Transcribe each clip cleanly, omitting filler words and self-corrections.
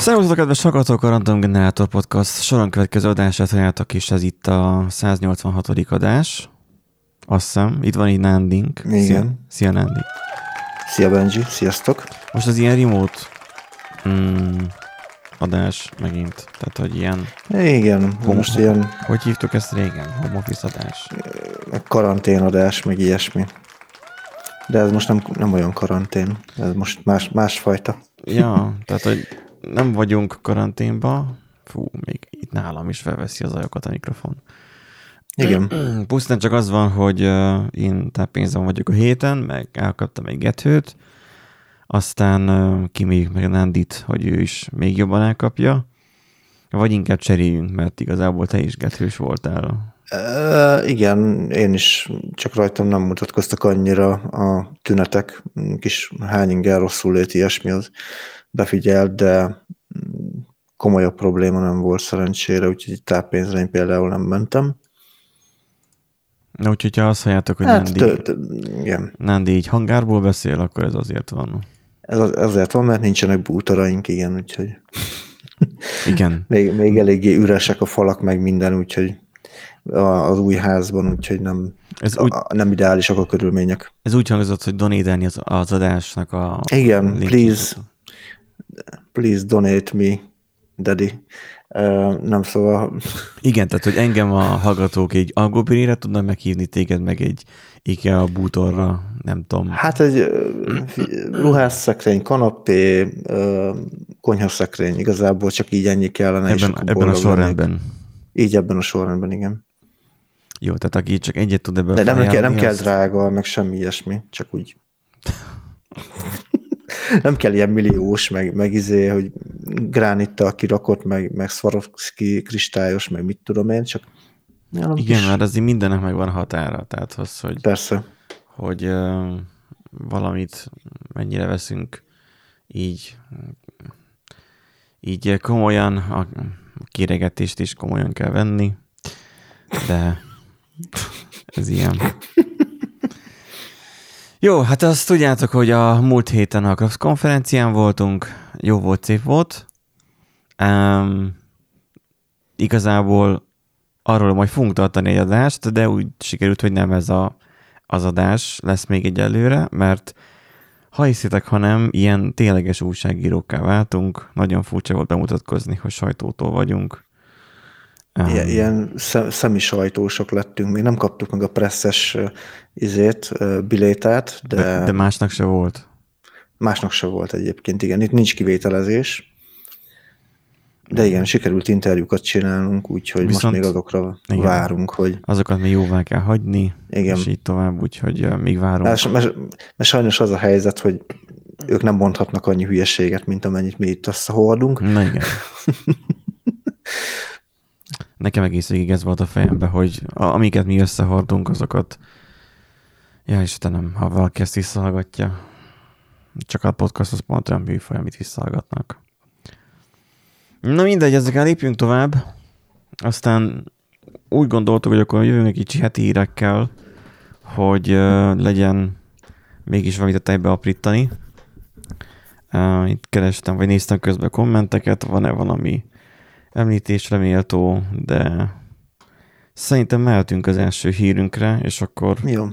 Szervusztok, kedves hallgatók, a Random Generator Podcast soron következő adását halljátok, és ez itt a 186. adás. Azt hiszem, itt van így Nándink. Igen. Szia Nándi. Szia Benji, sziasztok. Most az ilyen remote adás megint, tehát hogy ilyen... Igen, most ilyen... Hogy hívtuk ezt régen? Home office adás? Karanténadás, meg ilyesmi. De ez most nem olyan karantén, ez most másfajta. Ja, tehát hogy nem vagyunk karanténba. Fú, még itt nálam is felveszi az ajokat a mikrofon. Igen. Pusztán csak az van, hogy én táppénzem vagyok a héten, meg elkaptam egy gethőt, aztán kiméljük meg a Nándit, hogy ő is még jobban elkapja, vagy inkább cseréljünk, mert igazából te is gethős voltál. Igen, én is, csak rajtam nem mutatkoztak annyira a tünetek, kis hányinger, rosszul lét, ilyesmi az befigyelt, de komolyabb probléma nem volt szerencsére, úgyhogy táppénzre én például nem mentem. Na, úgyhogy ha azt halljátok, hogy Nándi így hangárból beszél, akkor ez azért van. Ez azért van, mert nincsenek bútoraink, igen, úgyhogy igen. még eléggé üresek a falak, meg minden, úgyhogy az új házban, úgyhogy nem ideálisak a körülmények. Ez úgy hangzott, hogy donate-elni az adásnak a... Igen, please donate me, daddy. Nem szóval... Igen, tehát, hogy engem a hallgatók egy algópirére tudnak meghívni téged, meg egy IKEA bútorra, nem tudom. Hát egy ruhásszekrény, kanapé, konyhaszekrény, igazából csak így ennyi kellene. Ebben a sorrendben. Így ebben a sorrendben, igen. Jó, tehát aki csak egyet tud ebből de nem kell drága, meg semmi ilyesmi, csak úgy. Nem kell ilyen milliós, meg hogy gránittal kirakott, meg Swarovski kristályos, meg mit tudom én, csak... Igen, mert azért mindennek megvan határa, tehát az, hogy... Persze. Hogy valamit mennyire veszünk így komolyan, a kéregetést is komolyan kell venni, de ez ilyen. Jó, hát azt tudjátok, hogy a múlt héten a Craft konferencián voltunk, jó volt, szép volt. Igazából arról majd fogunk tartani egy adást, de úgy sikerült, hogy nem ez az adás lesz még egyelőre, mert ha hiszitek, ha nem, ilyen tényleges újságírókká váltunk. Nagyon furcsa volt bemutatkozni, hogy sajtótól vagyunk. Ilyen szemi sajtósok lettünk, még nem kaptuk meg a presszes bilétát, de másnak se volt. Másnak se volt egyébként, igen. Itt nincs kivételezés. De igen, sikerült interjúkat csinálnunk, úgyhogy most még azokra várunk, hogy... Azokat még jóvá kell hagyni, igen. És így tovább, úgyhogy még várunk. Mert sajnos az a helyzet, hogy ők nem mondhatnak annyi hülyeséget, mint amennyit mi itt összehordunk. Na igen. Nekem egész végig ez volt a fejemben, hogy amiket mi összehordunk, azokat... Ja, Istenem, ha valaki ezt visszahallgatja, csak a podcast az pont olyan műfaj, amit visszahallgatnak. Na mindegy, ezekkel lépjünk tovább. Aztán úgy gondoltuk, hogy akkor jövünk egy kicsi heti hírekkel, hogy legyen mégis valamit a tejbe aprítani. Itt kerestem, vagy néztem közben kommenteket, van-e valami említésre méltó, de szerintem mehetünk az első hírünkre, és akkor... Jó.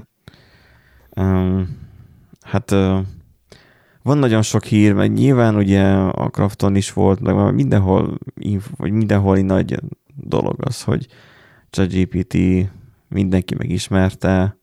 Van nagyon sok hír, meg nyilván ugye a Crafton is volt, meg mindenhol egy nagy dolog az, hogy ChatGPT mindenki megismerte.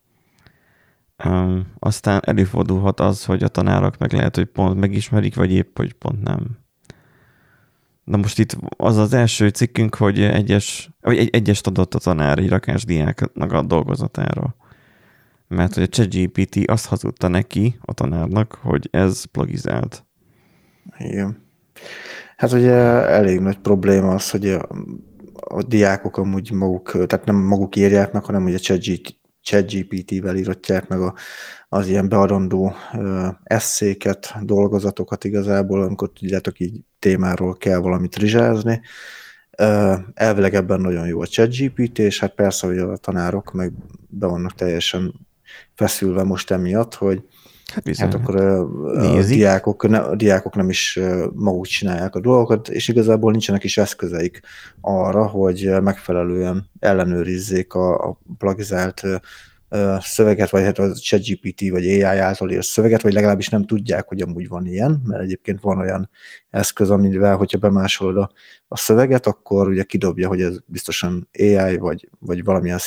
Aztán előfordulhat az, hogy a tanárok meg lehet, hogy pont megismerik, vagy épp, hogy pont nem. Na most itt az az első cikkünk, hogy egyest adott a tanár egy rakásdiáknak a dolgozatára. Mert hogy a ChatGPT azt hazudta neki, a tanárnak, hogy ez plagizált. Igen. Hát ugye elég nagy probléma az, hogy a diákok amúgy maguk, tehát nem maguk írják meg, hanem ugye ChatGPT-vel íratják meg az ilyen beadandó esszéket, dolgozatokat igazából, amikor tudjátok, így témáról kell valamit rizsázni. Elvileg ebben nagyon jó a ChatGPT, és hát persze, hogy a tanárok meg be vannak teljesen feszülve most emiatt, hogy Hát bizony, Hát akkor a nézik. diákok nem is maguk csinálják a dolgokat, és igazából nincsenek is eszközeik arra, hogy megfelelően ellenőrizzék a plagizált szöveget, vagy hát a ChatGPT vagy AI által írt szöveget, vagy legalábbis nem tudják, hogy amúgy van ilyen, mert egyébként van olyan eszköz, amivel, hogyha bemásolod a szöveget, akkor ugye kidobja, hogy ez biztosan AI, vagy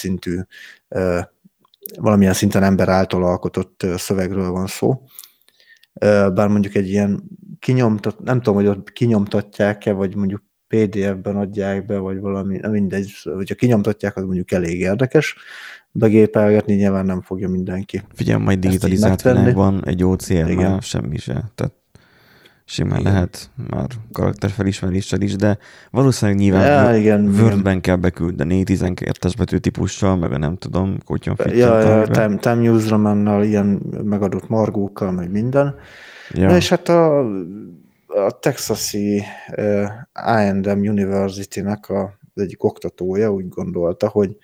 valamilyen szinten ember által alkotott szövegről van szó. Bár mondjuk egy ilyen nem tudom, hogy ott kinyomtatják-e, vagy mondjuk PDF-ben adják be, vagy valami, nem mindegy, hogyha kinyomtatják, az mondjuk elég érdekes. Begépelgetni nyilván nem fogja mindenki. Figyelj, majd digitalizált világban egy OCR-nál semmi se. Tehát simán lehet már karakterfelismeréssel is, de valószínűleg nyilván Word-ben kell beküldeni 12-es betűtípussal, meg a nem tudom, kutyon Time News Romannal, ilyen megadott margókkal, meg minden. Ja. Na és hát a Texasi A&M University-nek az egyik oktatója úgy gondolta, hogy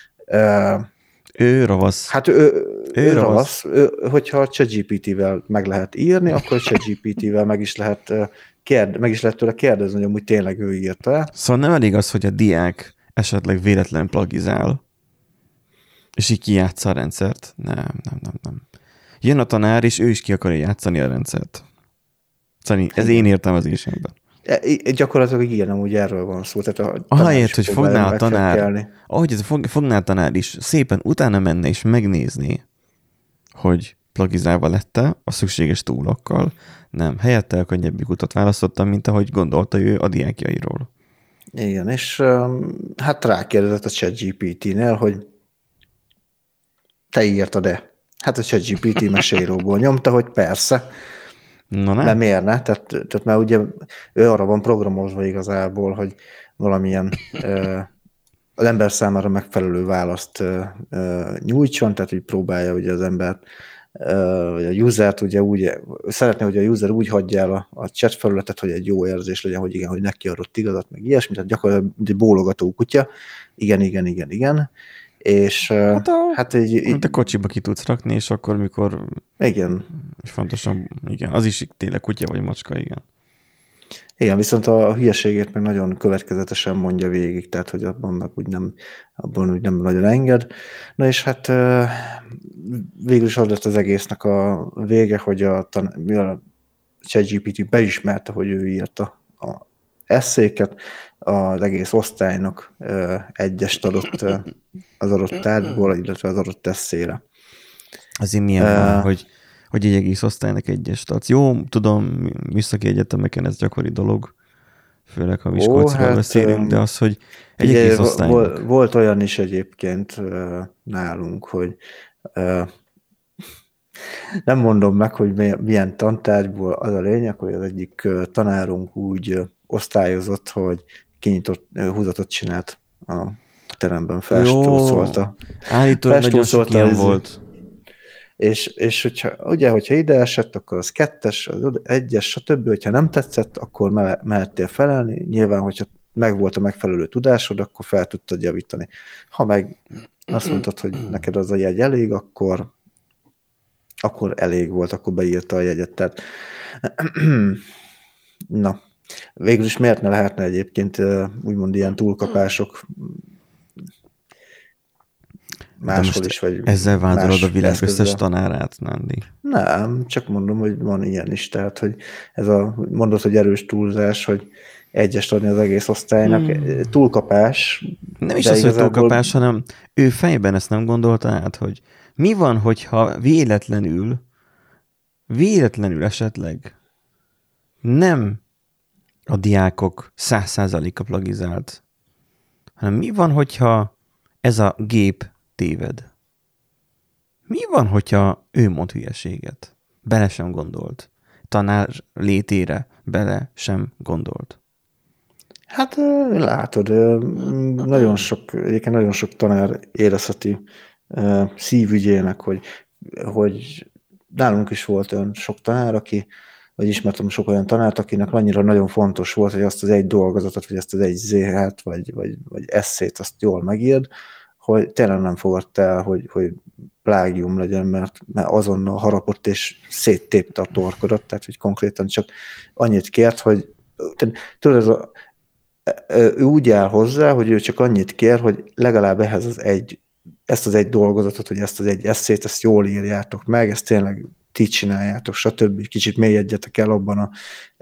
ő ravasz. Hát ő ravasz. Hogyha a ChatGPT-vel meg lehet írni, akkor a ChatGPT-vel meg is lehet tőle kérdezni, hogy amúgy tényleg ő írta. Szóval nem elég az, hogy a diák esetleg véletlen plagizál, és így kijátsza a rendszert. Nem. Jön a tanár, és ő is ki akarja játszani a rendszert. Szóval ez én értelmezésemben. Gyakorlatilag igen, amúgy erről van szó. Ahelyett, hogy fognál a tanár, ahogy fognál a tanár is, szépen utána menne és megnézni, hogy plagizálva lette a szükséges túlokkal. Nem, helyette a könnyebbik utat választottam, mint ahogy gondolta ő a diákjairól. Igen, és hát rákérdezett a ChatGPT-nél, hogy te írtad-e? Hát a ChatGPT mesélyróból nyomta, hogy persze. Na nem? De miért ne? Tehát már ugye ő arra van programozva igazából, hogy valamilyen az ember számára megfelelő választ nyújtson, tehát hogy próbálja ugye az embert, vagy a usert ugye úgy, szeretné, hogy a user úgy hagyja el a chat felületet, hogy egy jó érzés legyen, hogy igen, hogy neki adott igazat, meg ilyesmi, tehát gyakorlatilag egy bólogató kutya, igen, és hát így a kocsiba ki tudsz rakni, és akkor mikor... Igen. És fontosan, igen, az is tényleg kutya vagy macska, igen. Igen, viszont a hülyeségét meg nagyon következetesen mondja végig, tehát hogy abban úgy nem nagyon enged. Na és hát végül is az lett az egésznek a vége, hogy a ChatGPT beismerte, hogy ő írta a esszéket, az egész osztálynak egyest adott az adott tárgyból, illetve az adott esszére. Azért milyen van, hogy egy egész osztálynak egyest adsz. Jó, tudom, műszaki egyetemeken ez gyakori dolog, főleg ha Miskolcról beszélünk, de az, hogy egy egész osztálynak. Volt olyan is egyébként nálunk, hogy nem mondom meg, hogy milyen tantárgyból, az a lényeg, hogy az egyik tanárunk úgy osztályozott, hogy kinyitott húzatot csinált a teremben, felstúszolta. Állítólag nagyon sok ilyen volt. És hogyha ide esett, akkor az 2-es, az 1-es, stb. Hogyha nem tetszett, akkor mehettél felelni. Nyilván, hogyha megvolt a megfelelő tudásod, akkor fel tudtad javítani. Ha meg azt mondtad, hogy neked az a jegy elég, akkor elég volt, akkor beírta a jegyet. Tehát, na, végül is miért ne lehetne egyébként úgymond ilyen túlkapások máshol is, vagy ezzel vádolod a világ összes tanárát, Nándi? Nem, csak mondom, hogy van ilyen is, tehát, hogy ez mondod, hogy erős túlzás, hogy egyest adni az egész osztálynak, túlkapás. Nem is az, hogy túlkapás, hanem ő fejben ezt nem gondolta át, hogy mi van, hogyha véletlenül esetleg nem a diákok 100%-a plagizált, hanem mi van, hogyha ez a gép téved? Mi van, hogyha ő mond hülyeséget? Bele sem gondolt. Tanár létére bele sem gondolt. Hát látod, nagyon sok tanár érezheti szívügyének, hogy nálunk is volt olyan sok tanár, vagy ismertem sok olyan tanárt, akinek annyira nagyon fontos volt, hogy azt az egy dolgozatot, vagy azt az egy zéhát, vagy esszét, azt jól megírd, hogy tényleg nem fogadta el, hogy plágium legyen, mert azonnal harapott és széttépte a torkodat, tehát hogy konkrétan csak annyit kért, hogy tudod, ő úgy áll hozzá, hogy ő csak annyit kér, hogy legalább ezt az egy dolgozatot, hogy ezt az egy eszét, ezt jól írjátok meg, ezt tényleg ti csináljátok, stb. Kicsit mélyedjetek el abban a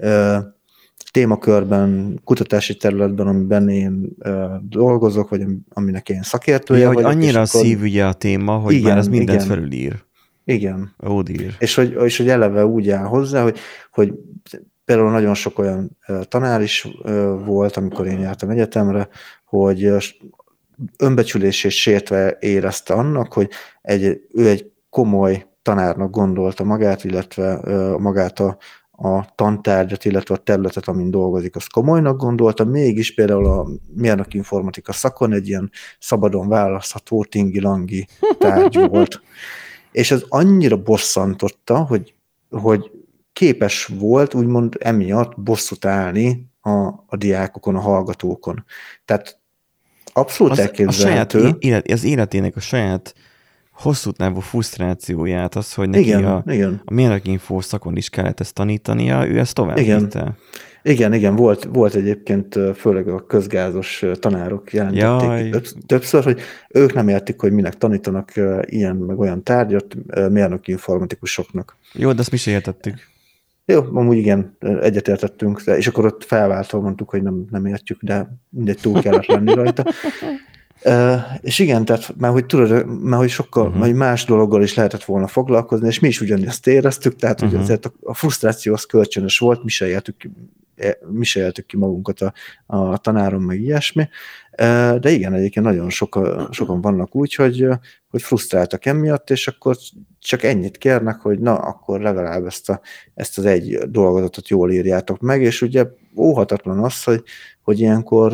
témakörben, kutatási területben, amiben én dolgozok, vagy aminek én szakértője vagyok. Hogy annyira szívügye a téma, hogy igen, már ez mindent felülír. Igen. Ódír. És hogy eleve úgy áll hozzá, hogy például nagyon sok olyan tanár is volt, amikor én jártam egyetemre, hogy önbecsülését sértve érezte annak, hogy ő egy komoly tanárnak gondolta magát, illetve magát a tantárgyat, illetve a területet, amin dolgozik, azt komolynak gondolta, mégis például a mérnök informatika szakon egy ilyen szabadon választható tingi-langi tárgy volt. És ez annyira bosszantotta, hogy képes volt úgymond emiatt bosszút állni a diákokon, a hallgatókon. Tehát abszolút elképzelhető. Az életének a saját hosszú távú frusztrációját, az, hogy neki igen. a mérnökinfó szakon is kellett ezt tanítania, ő ezt tovább vitte. Igen, volt egyébként főleg a közgázos tanárok jelentették többször, hogy ők nem értik, hogy minek tanítanak ilyen meg olyan tárgyat mérnöki informatikusoknak. Jó, de ezt mi se értettük. Jó, amúgy igen, egyetértettünk, és akkor ott felváltva mondtuk, hogy nem értjük, de mindegy, túl kellett lenni rajta. És igen, tehát már hogy tudod, hogy sokkal hogy más dologgal is lehetett volna foglalkozni, és mi is ugyanezt éreztük, tehát hogy azért a frusztráció az kölcsönös volt, mi se éltük ki magunkat a tanáron, meg ilyesmi, de igen, egyébként nagyon sokan vannak úgy, hogy frusztráltak emiatt, és akkor csak ennyit kérnek, hogy na, akkor legalább ezt az egy dolgozatot jól írjátok meg, és ugye óhatatlan az, hogy ilyenkor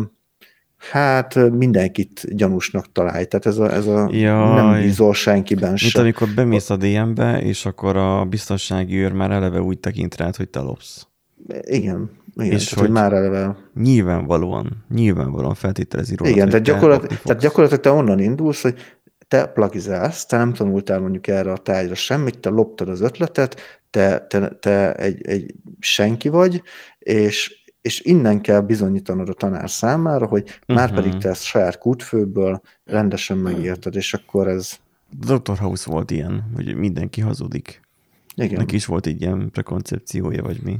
hát mindenkit gyanúsnak találj, tehát ez a nem bízol senkiben sem. Mint amikor bemész a DM-be, és akkor a biztonsági őr már eleve úgy tekint rád, hogy te lopsz. Igen, és tehát, hogy már eleve... Nyilvánvalóan feltételezi róla. Igen, tehát gyakorlatilag te onnan indulsz, hogy te plagizálsz, te nem tanultál mondjuk erre a tárgyra semmit, te loptad az ötletet, te egy senki vagy, és innen kell bizonyítanod a tanár számára, hogy már pedig te ezt saját kútfőből rendesen megérted, és akkor ez... Dr. House volt ilyen, hogy mindenki hazudik. Igen. Neki is volt egy ilyen prekoncepciója, vagy mi?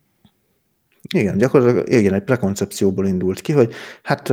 Igen, gyakorlatilag igen, egy prekoncepcióból indult ki, hogy hát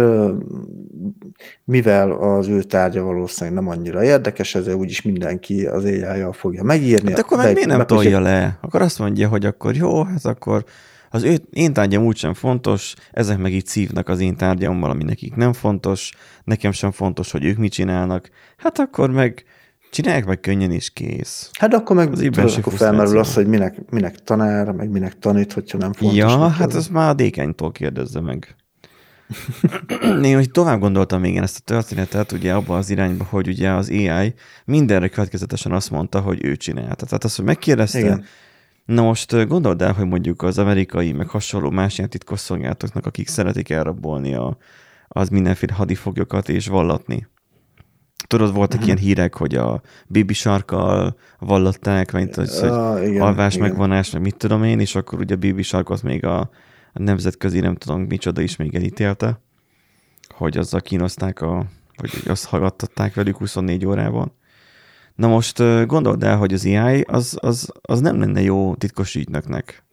mivel az ő tárgya valószínűleg nem annyira érdekes, ezzel úgyis mindenki az AI-jal fogja megírni. De akkor meg miért nem tolja le? Akkor azt mondja, hogy akkor jó, hát akkor az én tárgyam úgysem fontos, ezek meg így szívnak az én tárgyammal, ami nekik nem fontos, nekem sem fontos, hogy ők mit csinálnak. Hát akkor meg csinálják meg könnyen is kész. Hát akkor meg akkor felmerül az, hogy minek tanár, meg minek tanít, hogyha nem fontos. Ja, hát ez már a dékánytól kérdezze meg. Én hogy tovább gondoltam még ezt a történetet, ugye abban az irányba, hogy ugye az AI mindenre következetesen azt mondta, hogy ő csinálta. Tehát azt, hogy megkérdezte, igen. Na most gondold el, hogy mondjuk az amerikai, meg hasonló más ilyen titkosszolgálatoknak, akik szeretik elrabolni az mindenféle hadifoglyokat és vallatni. Tudod, voltak ilyen hírek, hogy a Baby Sharkkal vallatták, mint hogy alvás megvonás, meg mit tudom én, és akkor ugye a Baby Sharkot még a nemzetközi, nem tudom micsoda is még elítélte, hogy azzal kínozták, vagy azt hallgattatták velük 24 órában. Na most gondold el, hogy az AI az nem lenne jó titkos ügynöknek.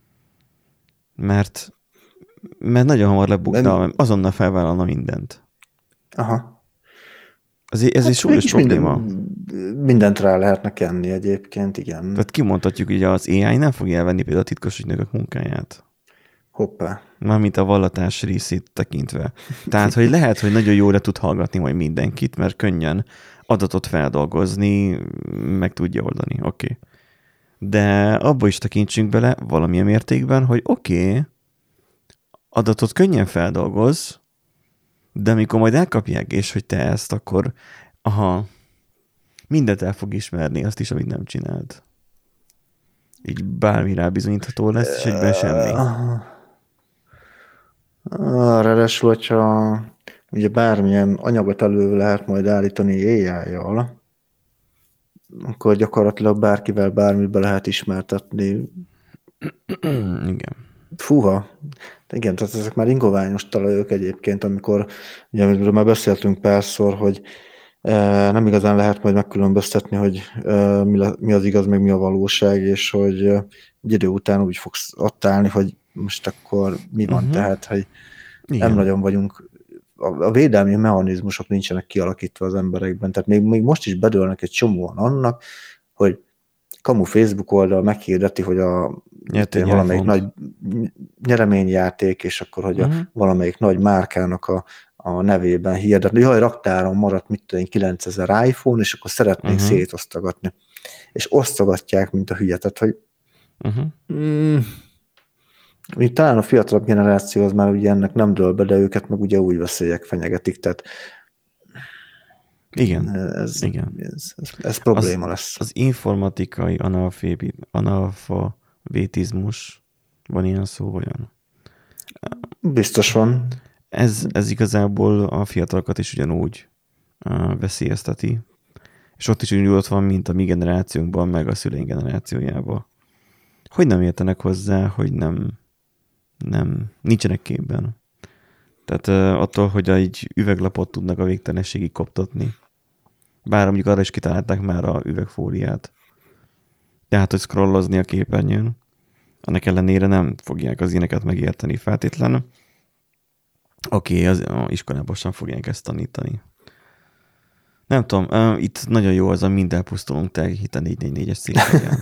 Mert nagyon hamar lebukna, azonnal felvállalna mindent. Aha. Ez egy súlyos probléma. Mindent rá lehetne kenni egyébként, igen. Tehát kimondhatjuk, hogy az AI nem fogja elvenni például a titkos ügynökök munkáját. Hoppá. Mármint a vallatás részét tekintve. Tehát, hogy lehet, hogy nagyon jóra tud hallgatni majd mindenkit, mert könnyen adatot feldolgozni, meg tudja oldani. Oké. De abba is tekintsünk bele valamilyen mértékben, hogy adatot könnyen feldolgoz, de amikor majd elkapják, és hogy te ezt, akkor mindent el fog ismerni, azt is, amit nem csinált. Így bármi rábizonyítható lesz, és egyben semmi. Ráadásul, hogyha ugye bármilyen anyagot elő lehet majd állítani AI-jal, akkor gyakorlatilag bárkivel bármit be lehet ismertetni. Igen. Fúha. Igen, tehát ezek már ingoványos talajok egyébként, amikor, ugye amiről már beszéltünk párszor, hogy nem igazán lehet majd megkülönböztetni, hogy mi az igaz, meg mi a valóság, és hogy egy idő után úgy fogsz ott állni, hogy most akkor mi van, tehát, hogy nem nagyon vagyunk, a védelmi mechanizmusok nincsenek kialakítva az emberekben, tehát még most is bedőlnek egy csomóan annak, hogy kamu Facebook oldal meghirdeti, hogy valamelyik nagy nyereményjáték, és akkor, hogy valamelyik nagy márkának a nevében hirdetni, jaj, raktáron maradt, mit tudom, 9000 iPhone, és akkor szeretnénk szétosztogatni. És osztogatják, mint a hülye. Tehát, hogy talán a fiatalabb generáció az már ugye ennek nem dől be, de őket meg ugye új veszélyek fenyegetik, tehát igen. Ez probléma lesz. Az informatikai analfabetizmus, van ilyen szó, olyan? Biztos van. Ez igazából a fiatalokat is ugyanúgy veszélyezteti. És ott is úgy van, mint a mi generációnkban, meg a szüleink generációjában. Hogy nem értenek hozzá, hogy nincsenek képben. Tehát attól, hogy egy üveglapot tudnak a végtelenségig koptatni. Bár mondjuk arra is kitalálták már a üvegfóliát. Tehát, hogy scrollozni a képernyőn. Annak ellenére nem fogják az ilyeneket megérteni feltétlenül. Oké, az iskolában sem fogják ezt tanítani. Nem tudom, itt nagyon jó az a mind elpusztulunk te hit a 444-es székhelyen.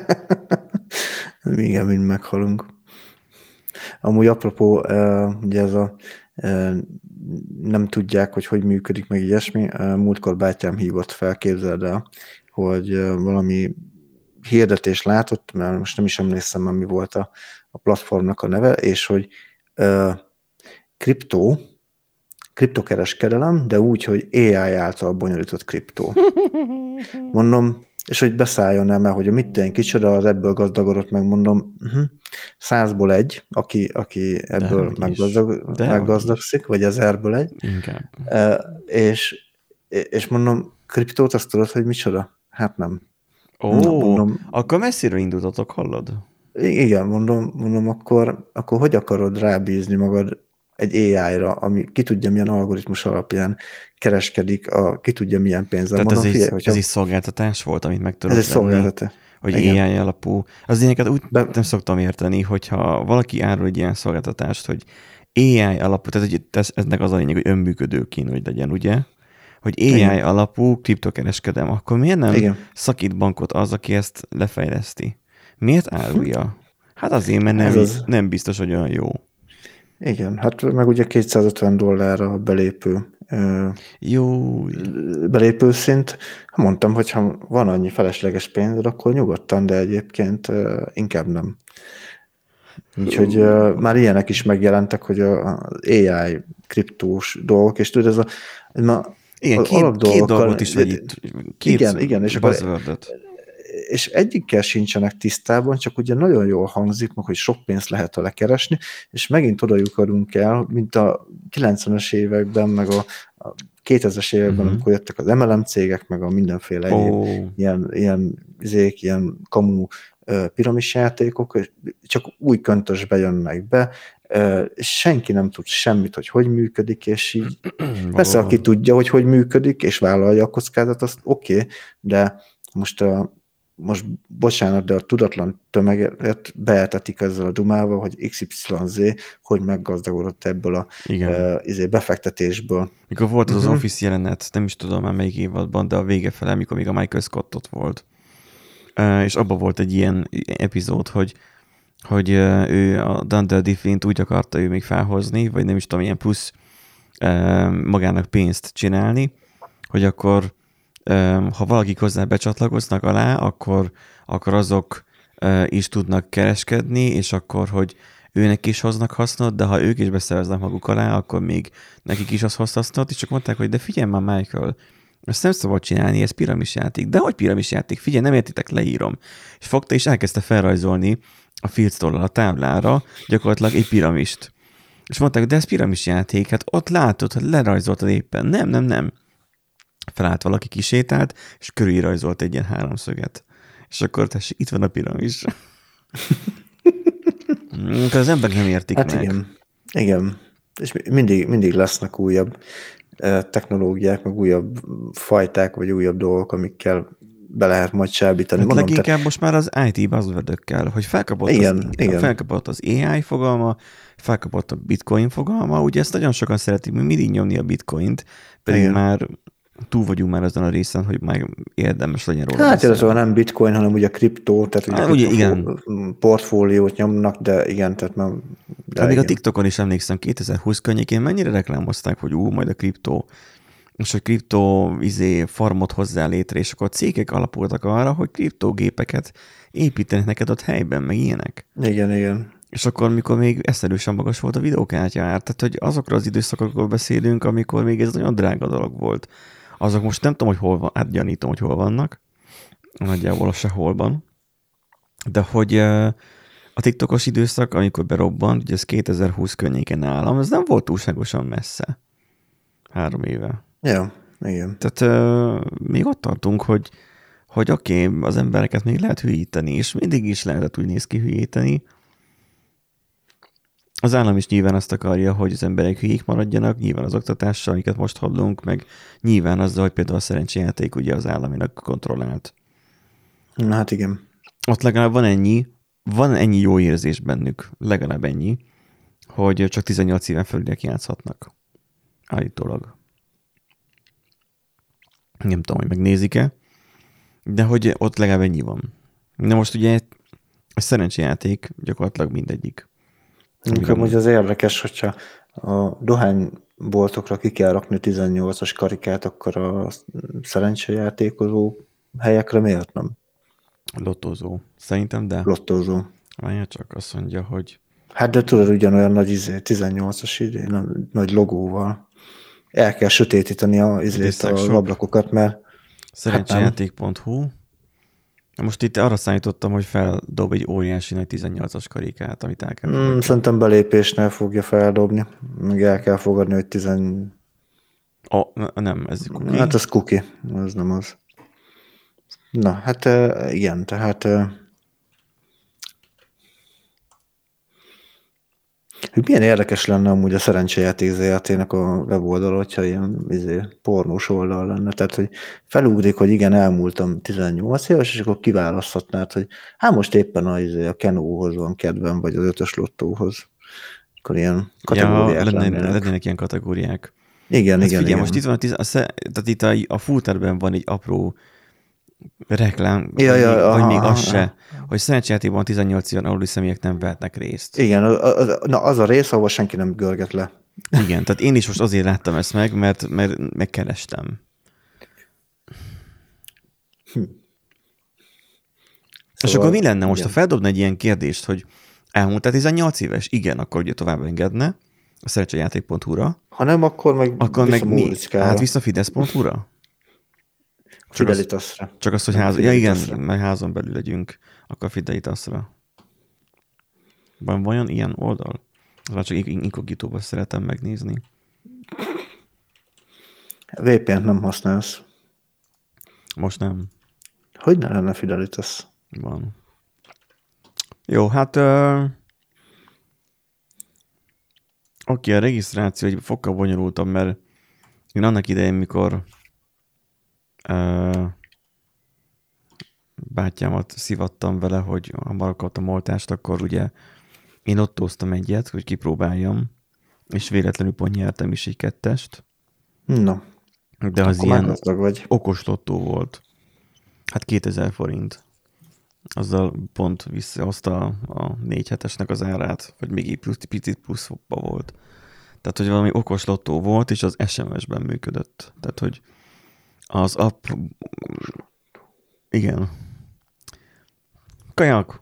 Igen, mind meghalunk. Amúgy apropó, ugye ez a nem tudják, hogy működik, meg ilyesmi. Múltkor bátyám hívott fel, képzeld el, hogy valami hirdetés látott, mert most nem is emlékszem, mi volt a platformnak a neve, és hogy kriptokereskedelem, de úgy, hogy AI által bonyolított kriptó. Mondom, és hogy beszálljon el, mert hogy a mit kicsoda, az ebből gazdagodott, megmondom, 100-ból egy, aki ebből meggazdagszik, vagy 1000-ből egy. Inkább. És mondom, kriptót azt tudod, hogy micsoda? Hát nem. Mondom, akkor messziről indultatok, hallod? Igen, mondom akkor hogy akarod rábízni magad egy AI-ra, ami ki tudja milyen algoritmus alapján kereskedik, ki tudja milyen pénzzel. Tehát mondom, ez is szolgáltatás volt, amit meg tudod venni. Ez egy szolgáltatás. Hogy igen. AI alapú. Az ilyeneket úgy nem szoktam érteni, hogyha valaki árul egy ilyen szolgáltatást, hogy AI alapú, tehát hogy eznek az a lényeg, hogy önműködő kéne, hogy legyen, ugye? Hogy AI igen. alapú kriptokereskedem, akkor miért nem igen. szakít bankot az, aki ezt lefejleszti? Miért árulja? Hát azért, mert nem biztos, hogy olyan jó. Igen, hát meg ugye $250 a belépő szint. Mondtam, hogy ha van annyi felesleges pénzed, akkor nyugodtan, de egyébként inkább nem. Úgyhogy már ilyenek is megjelentek, hogy az AI kriptós dolgok, és tudod, igen, két dolgot is vagy itt. Igen, és és egyikkel sincsenek tisztában, csak ugye nagyon jól hangzik, meg hogy sok pénzt lehet vele keresni, és megint oda lyukadunk el, mint a 90-es években, meg a 2000-es években, amikor jöttek az MLM cégek, meg a mindenféle ilyen kamu piramisjátékok, csak új köntösbe jönnek be, és senki nem tud semmit, hogy működik, és így persze, aki tudja, hogy működik, és vállalja a kockázatot, azt oké, de most bocsánat, de a tudatlan tömeget beeltetik ezzel a dumával, hogy XYZ, hogy meggazdagodott ebből a befektetésből. Mikor volt az Office jelenet, nem is tudom már melyik évadban, de a vége fele, mikor még a Michael Scott ott volt. És abban volt egy ilyen epizód, hogy ő a Dunder Mifflint úgy akarta ő még felhozni, vagy nem is tudom, ilyen plusz magának pénzt csinálni, hogy akkor ha valakik hozzá becsatlakoznak alá, akkor azok is tudnak kereskedni, és akkor, hogy őnek is hoznak hasznot, de ha ők is beszereznek maguk alá, akkor még nekik is az hoz hasznot, és csak mondták, hogy de figyelj már, Michael, ezt nem szabad csinálni, ez piramisjáték. De hogy piramisjáték? Figyelj, nem értitek, leírom. És fogta és elkezdte felrajzolni a filctollal a táblára gyakorlatilag egy piramist. És mondták, de ez piramis játék, hát ott látod, hogy lerajzoltad éppen. Nem. Felállt valaki, kisétált, és körülrajzolt egy ilyen háromszöget. És akkor tessék, itt van a piramis. Akkor az emberek nem értik hát meg. Igen. És mindig lesznek újabb technológiák, meg újabb fajták, vagy újabb dolgok, amikkel be lehet majd csábítani. Hát leginkább most már az IT buzzwordökkel, hogy felkapott az AI fogalma, felkapott a bitcoin fogalma, ugye ezt nagyon sokan szeretik mindig nyomni a bitcoint, pedig igen. Már túl vagyunk már ezen a részen, hogy már érdemes legyen róla. Hát ez nem bitcoin, hanem ugye kriptó, tehát ugye igen. Portfóliót nyomnak, de igen, tehát már... De még a TikTokon is emlékszem, 2020 környékén mennyire reklámozták, hogy majd a kriptó, és a kriptó farmot hozzá létre, és akkor cégek alapultak arra, hogy kriptógépeket építenek neked ott helyben, meg ilyenek. Igen. És akkor, mikor még eszelősen magas volt a videókártya ár, tehát hogy azokról az időszakokról beszélünk, amikor még ez nagyon drága dolog volt. Azok most nem tudom, hogy hol van, hát gyanítom, hogy hol vannak, nagyjából seholban, de hogy a TikTokos időszak, amikor berobbant, ugye ez 2020 környéken nálam, ez nem volt túlságosan messze. 3 éve. Ja, igen. Tehát még ott tartunk, hogy oké, az embereket még lehet hülyíteni, és mindig is lehetett úgy néz ki hülyíteni. Az állam is nyilván azt akarja, hogy az emberek hülyék maradjanak, nyilván az oktatással, amiket most hallunk, meg nyilván azzal, hogy például a szerencséjáték ugye az államinak kontrollált. Na hát igen. Ott legalább van ennyi jó érzés bennük, legalább ennyi, hogy csak 18 éven felüliek játszhatnak. Állítólag. Nem tudom, hogy megnézik-e, de hogy ott legalább ennyi van. Na most ugye a szerencséjáték gyakorlatilag mindegyik. Inkább hogy az érdekes, hogyha a dohányboltokra ki kell rakni 18-as karikát, akkor a szerencsejátékozó helyekre miért nem? Lottózó. Szerintem, de... Lottózó. Várja csak, azt mondja, hogy... Hát de tudod, ugyanolyan nagy 18-as nagy logóval. El kell sötétíteni az ablakokat, mert... Szerencsejáték.hu. Most itt arra számítottam, hogy feldob egy óriási nagy 18-as karikát, amit el kell fogadni. Szerintem belépésnél fogja feldobni. Meg el kell fogadni, hogy nem, ez cookie. Hát ez cookie, ez nem az. Na, hát igen, tehát... Hogy milyen érdekes lenne amúgy a szerencsejáték ZRT-nek a weboldal, hogyha ilyen pornós oldal lenne. Tehát, hogy felugrik, hogy igen, elmúltam 18 éves, és akkor kiválaszthatnád, hogy hát most éppen a Kenóhoz van kedvem, vagy az 5-ös lottóhoz. Akkor ilyen kategóriák lennének ilyen kategóriák. Igen, hát figyelj, igen. most itt van tehát itt a footerben van egy apró reklám, vagy még az se, hogy szerencsejátékban 18 éven aluli személyek nem vehetnek részt. Igen, az a rész, ahol senki nem görget le. Igen, tehát én is most azért láttam ezt meg, mert megkerestem. És akkor mi lenne most, ha feldobna egy ilyen kérdést, hogy elmúltál 18 éves? Igen, akkor ugye tovább engedne a szerencsejáték.hu-ra. Ha nem, akkor meg mi? Hát vissza Fidesz.hu-ra? Fidelitasra. Csak az, hogy ja igen, mert házon belül legyünk, akkor Fidelitasra. Van olyan ilyen oldal? Az már csak inkogitóban szeretem megnézni. VPN-t nem használsz. Most nem. Hogy ne lenne Fidelitas? Van. Jó, hát oké, a regisztráció egy fokkal bonyolultabb, mert én annak idején, mikor bátyámat szivattam vele, hogy hamar kaptam oltást, akkor ugye én ottóztam egyet, hogy kipróbáljam, és véletlenül pont nyertem is egy 2-est. No. De az ilyen okos lottó volt. Hát 2000 forint. Azzal pont visszahozta a 4 hetesnek az árát, vagy még egy picit pluszba volt. Tehát, hogy valami okos lottó volt, és az SMS-ben működött. Tehát, hogy az app... Igen. Kajak!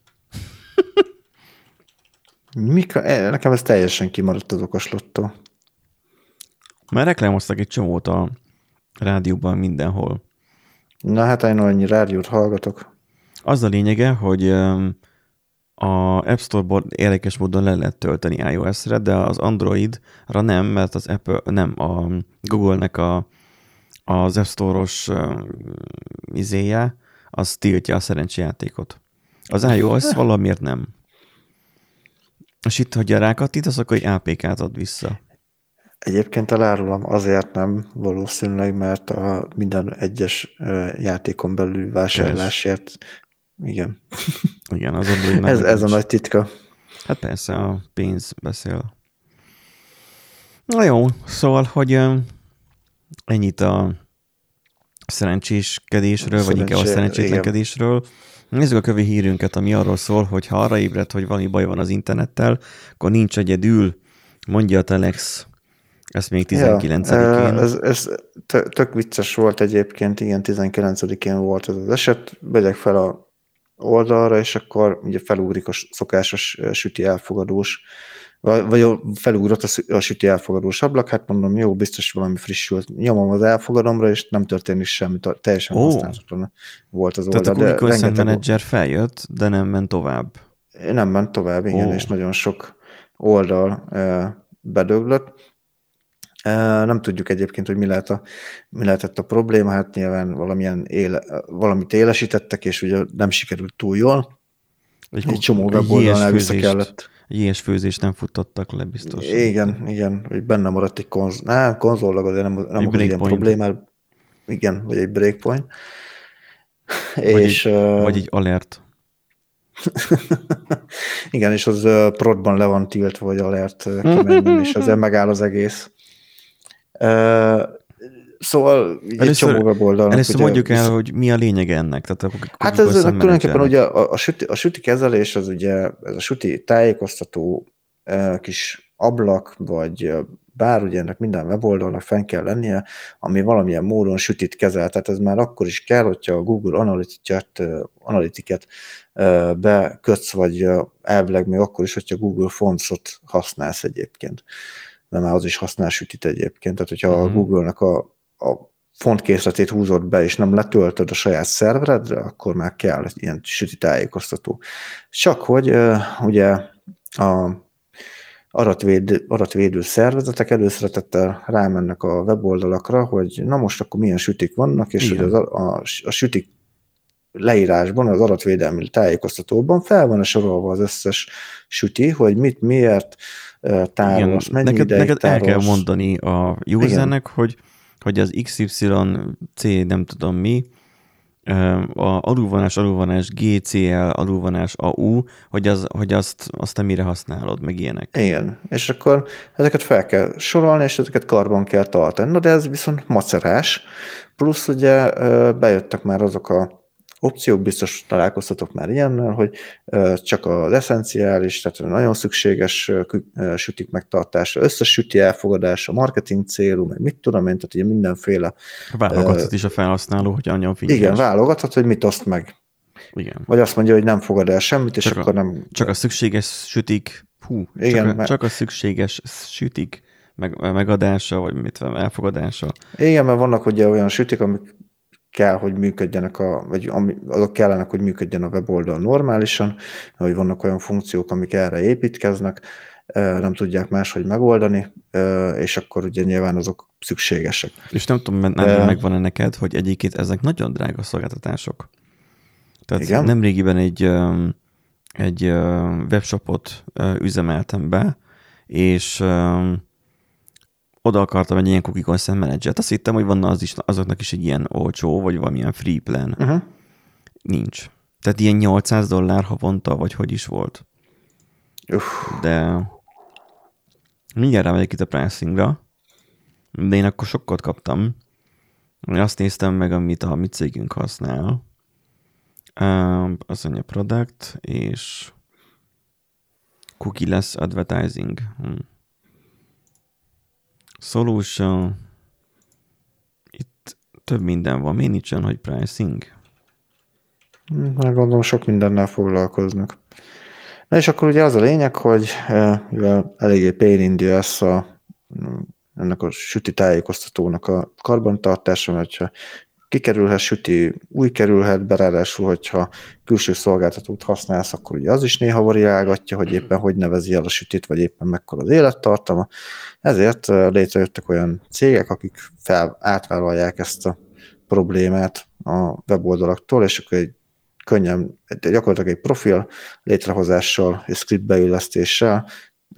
Nekem ez teljesen kimaradt az okos lottó. Már reklámoztak egy csomót a rádióban mindenhol. Na hát én annyi rádiót hallgatok. Az a lényege, hogy A App Store-ból érdekes módon le lehet tölteni iOS-re, de az Androidra nem, mert az Apple, nem, a Google-nek az App Store-os izéje, az tiltja a szerencsejátékot. Az iOS valamiért nem. És itt, hogyha rákattintasz, akkor egy APK-t ad vissza. Egyébként elárulom, azért nem valószínűleg, mert a minden egyes játékon belül vásárlásért, igen. Igen, az Androidnak ez a nagy titka. Hát persze, a pénz beszél. Na jó, szóval, hogy ennyit a szerencséskedésről, vagy inkább a szerencsétlenkedésről. Nézzük a kövi hírünket, ami arról szól, hogy ha arra ébredt, hogy valami baj van az internettel, akkor nincs egyedül, mondja a Telex. Ez még 19-én. Ez tök vicces volt egyébként, igen, 19-én volt ez az eset. Megyek fel a oldalra, és akkor ugye felugrik a szokásos süti elfogadós, vagy felugrott a süti elfogadós ablak, hát mondom, jó, biztos valami frissült. Nyomom az elfogadomra, és nem történik semmi, teljesen használhatatlan volt az oldal. Tehát a Google Consent Manager feljött, de nem ment tovább. Nem ment tovább, igen, és nagyon sok oldal bedöglött. Nem tudjuk egyébként, hogy mi lehetett a probléma, hát nyilván valamit élesítettek, és ugye nem sikerült túl jól. Egy csomó weboldalnál vissza kellett. JS-főzést nem futtattak le biztos. Igen, hogy benne maradt egy konzollag, azért nem okoz ilyen problémát. Igen, vagy egy breakpoint. Vagy egy alert. Igen, és az prodban le van tiltva, hogy alert kimenjen, és ezzel megáll az egész. Szóval egy csomó weboldalnak. Először mondjuk el, hogy mi a lényeg ennek. Tehát hát ez tulajdonképpen ugye a süti kezelés, az ugye ez a süti tájékoztató kis ablak, vagy bár ugye ennek minden weboldalnak fenn kell lennie, ami valamilyen módon sütit kezel. Tehát ez már akkor is kell, hogyha a Google Analytiket bekötsz, vagy elvileg még akkor is, hogyha Google Fontsot használsz egyébként. De már az is használ sütit egyébként. Tehát, hogyha a Google-nak a fontkészletét húzod be, és nem letöltöd a saját szerveredre, akkor már kell ilyen süti tájékoztató. Csak hogy ugye a adatvédő szervezetek előszeretettel rámennek a weboldalakra, hogy na most akkor milyen sütik vannak, és hogy a sütik leírásban, az adatvédelmi tájékoztatóban fel van sorolva az összes süti, hogy mit, miért tárolsz, mennyi ideig neked el kell mondani a usernek, hogy az XYC nem tudom mi, a alulvonás, GCL, alulvonás, AU, hogy azt te mire használod, meg ilyenek. Igen, és akkor ezeket fel kell sorolni, és ezeket karban kell tartani. Na, de ez viszont macerás, plusz ugye bejöttek már azok a opciók, biztos találkoztatok már ilyennel, hogy csak az eszenciális, tehát nagyon szükséges sütik megtartása, összes süti elfogadása, marketing célú, meg mit tudom én, tehát ugye mindenféle... Válogathat is a felhasználó, hogy annyian figyelj. Igen, válogathat, hogy mit oszt meg. Igen. Vagy azt mondja, hogy nem fogad el semmit, és akkor nem... Csak a szükséges sütik, csak a szükséges sütik megadása, vagy mit van, elfogadása. Igen, mert vannak ugye olyan sütik, amik kell, hogy működjenek, vagy azok kellenek, hogy működjen a weboldal normálisan, hogy vannak olyan funkciók, amik erre építkeznek, nem tudják máshogy megoldani, és akkor ugye nyilván azok szükségesek. És nem tudom, megvan-e neked, hogy egyébként ezek nagyon drága szolgáltatások. Tehát igen? Nemrégiben egy webshopot üzemeltem be, és oda akartam egy ilyen Cookie Consent Manager-t. Azt hittem, hogy van azoknak is egy ilyen olcsó, vagy valamilyen free plan. Nincs. Tehát ilyen $800 havonta, vagy hogy is volt. De mindjárt rámegyek itt a pricingra, de én akkor sokkot kaptam. Én azt néztem meg, amit a mi cégünk használ. Az mondja product, és cookie-less advertising. Solution. Itt több minden van. Miért nincsen, hogy pricing? Gondolom, sok mindennel foglalkoznak. Na és akkor ugye az a lényeg, hogy mivel eléggé pain in the ass ennek a süti tájékoztatónak a karbantartása, mert ha kikerülhet, süti új kerülhet be, ráadásul, hogyha külső szolgáltatót használsz, akkor ugye az is néha variálgatja, hogy éppen hogy nevezi el a sütit, vagy éppen mekkora az élettartama. Ezért létrejöttek olyan cégek, akik átvállalják ezt a problémát a weboldalaktól, és akkor könnyen, gyakorlatilag egy profil létrehozással és script beillesztéssel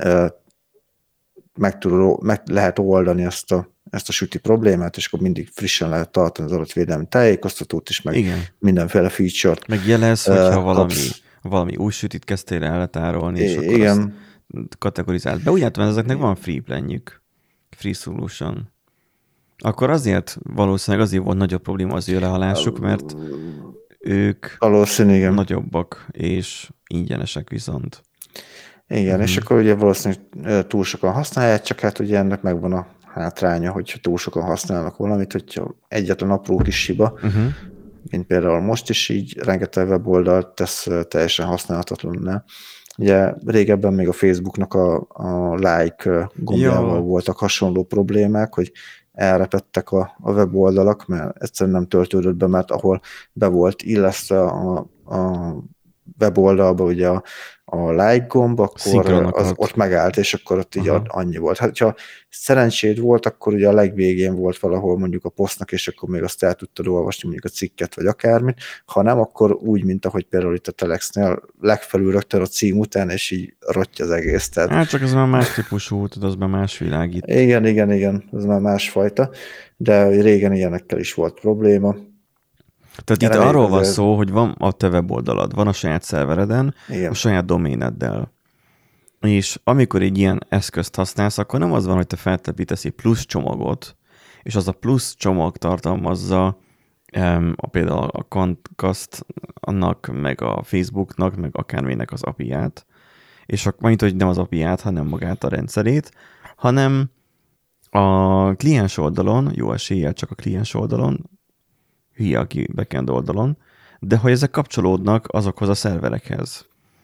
meg lehet oldani ezt a süti problémát, és akkor mindig frissen lehet tartani az adott védelmi tájékoztatót is, meg igen. mindenféle feature-t. Meg jelez, hogyha valami új sütit kezdtél el letárolni, és akkor azt kategorizált be. Úgy általában ezeknek van free planjük, free solution. Akkor valószínűleg azért volt nagyobb probléma az ő lehalásuk, mert ők nagyobbak, és ingyenesek viszont. Igen, és akkor ugye valószínűleg túl sokan használják, csak hát ugye ennek megvan a hátránya, hogyha túl sokan használnak valamit, hogyha egyetlen apró kis hiba, mint például most is így rengeteg weboldalt tesz teljesen használhatatlanná. Ugye régebben még a Facebooknak a like gombjával voltak hasonló problémák, hogy elrepettek a weboldalak, mert egyszerűen nem töltődött be, mert ahol be volt illesztve a weboldalba ugye a like gomb, akkor az ott megállt, és akkor ott így annyi volt. Hát, ha szerencséd volt, akkor ugye a legvégén volt valahol mondjuk a posztnak, és akkor még azt el tudtad olvasni, mondjuk a cikket, vagy akármit. Ha nem, akkor úgy, mint ahogy például itt a Telexnél, legfelül rögtön a cím után, és így rottya az egész. Tehát... Hát csak ez már más típusú, az már más világít. Igen, ez már másfajta, de régen ilyenekkel is volt probléma. Tehát itt arról van szó, hogy van a te weboldalad, van a saját szervereden, a saját doméneddel. És amikor egy ilyen eszközt használsz, akkor nem az van, hogy te feltelepítesz egy plusz csomagot, és az a plusz csomag tartalmazza például a Comcast-nak, meg a Facebooknak, meg akárminek az API-ját, és mondjuk, hogy nem az API-ját, hanem magát a rendszerét, hanem a kliens oldalon, jó eséllyel csak a kliens oldalon, hülye, aki backend oldalon, de hogy ezek kapcsolódnak azokhoz a szerverekhez.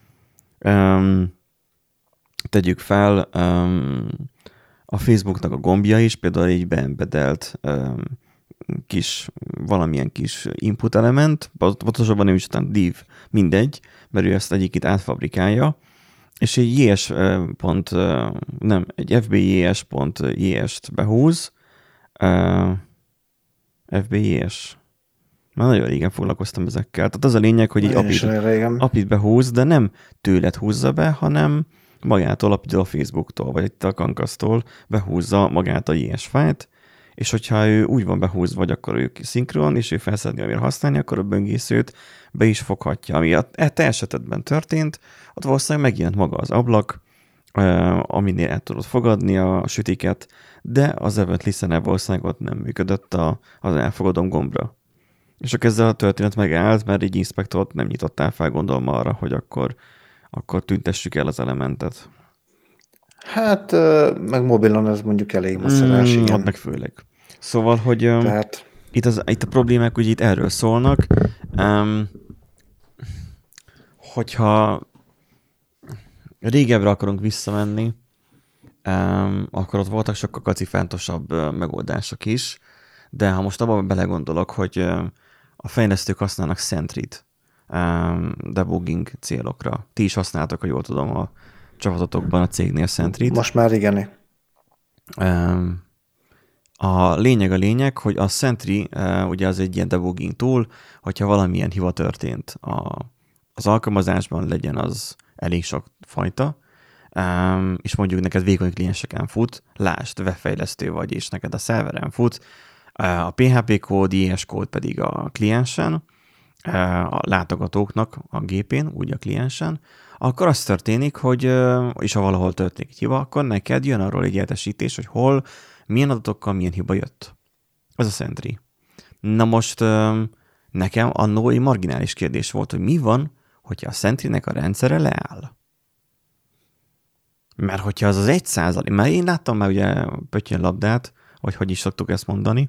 Tegyük fel, a Facebooknak a gombja is például egy beembedelt valamilyen kis input element, pontosabban nem is után div, mindegy, mert ő ezt egyikét átfabrikálja, és egy egy fbjs.js-t behúz, fbjs. Már nagyon régen foglalkoztam ezekkel. Tehát az a lényeg, hogy egy API-t behúz, de nem tőled húzza be, hanem magától, a Facebooktól, vagy itt a Comcast-tól behúzza magát a JS fájlt, és hogyha ő úgy van behúzva, vagy akkor ő szinkron, és ő felszedni, amire használni, akkor a böngészőt be is foghatja. Ami te esetedben történt, ott valószínűleg megjelent maga az ablak, aminél el tudod fogadni a sütiket, de az event listener valószínűleg ott nem működött az elfogadom gombra. És akkor ezzel a történet megállt, mert így inspektort nem nyitottál fel, gondolom arra, hogy akkor tüntessük el az elementet. Hát, meg mobilon ez mondjuk elég macerás, igen. Ott meg főleg. Szóval, hogy itt a problémák ugye itt erről szólnak, hogyha régebbre akarunk visszamenni, akkor ott voltak sokkal kacifántosabb megoldások is, de ha most abban belegondolok, hogy a fejlesztők használnak Sentryt debugging célokra. Ti is használtak, ha jól tudom, a csapatotokban a cégnél Sentryt. Most már igen. A lényeg, hogy a Sentry ugye az egy ilyen debugging tool, hogyha valamilyen hiba történt az alkalmazásban, legyen az elég sok fajta, és mondjuk neked vékony klienseken fut, lásd, webfejlesztő vagy, és neked a szerveren fut, a PHP kód, JS kód pedig a kliensen, a látogatóknak a gépén, úgy a kliensen, akkor az történik, hogy, és ha valahol történik egy hiba, akkor neked jön arról egy értesítés, hogy hol, milyen adatokkal milyen hiba jött. Ez a Sentry. Na most nekem annó egy marginális kérdés volt, hogy mi van, hogyha a Sentrynek a rendszere leáll. Mert hogyha az 1%, mert én láttam már ugye pöttyön labdát, vagy hogy is szoktuk ezt mondani,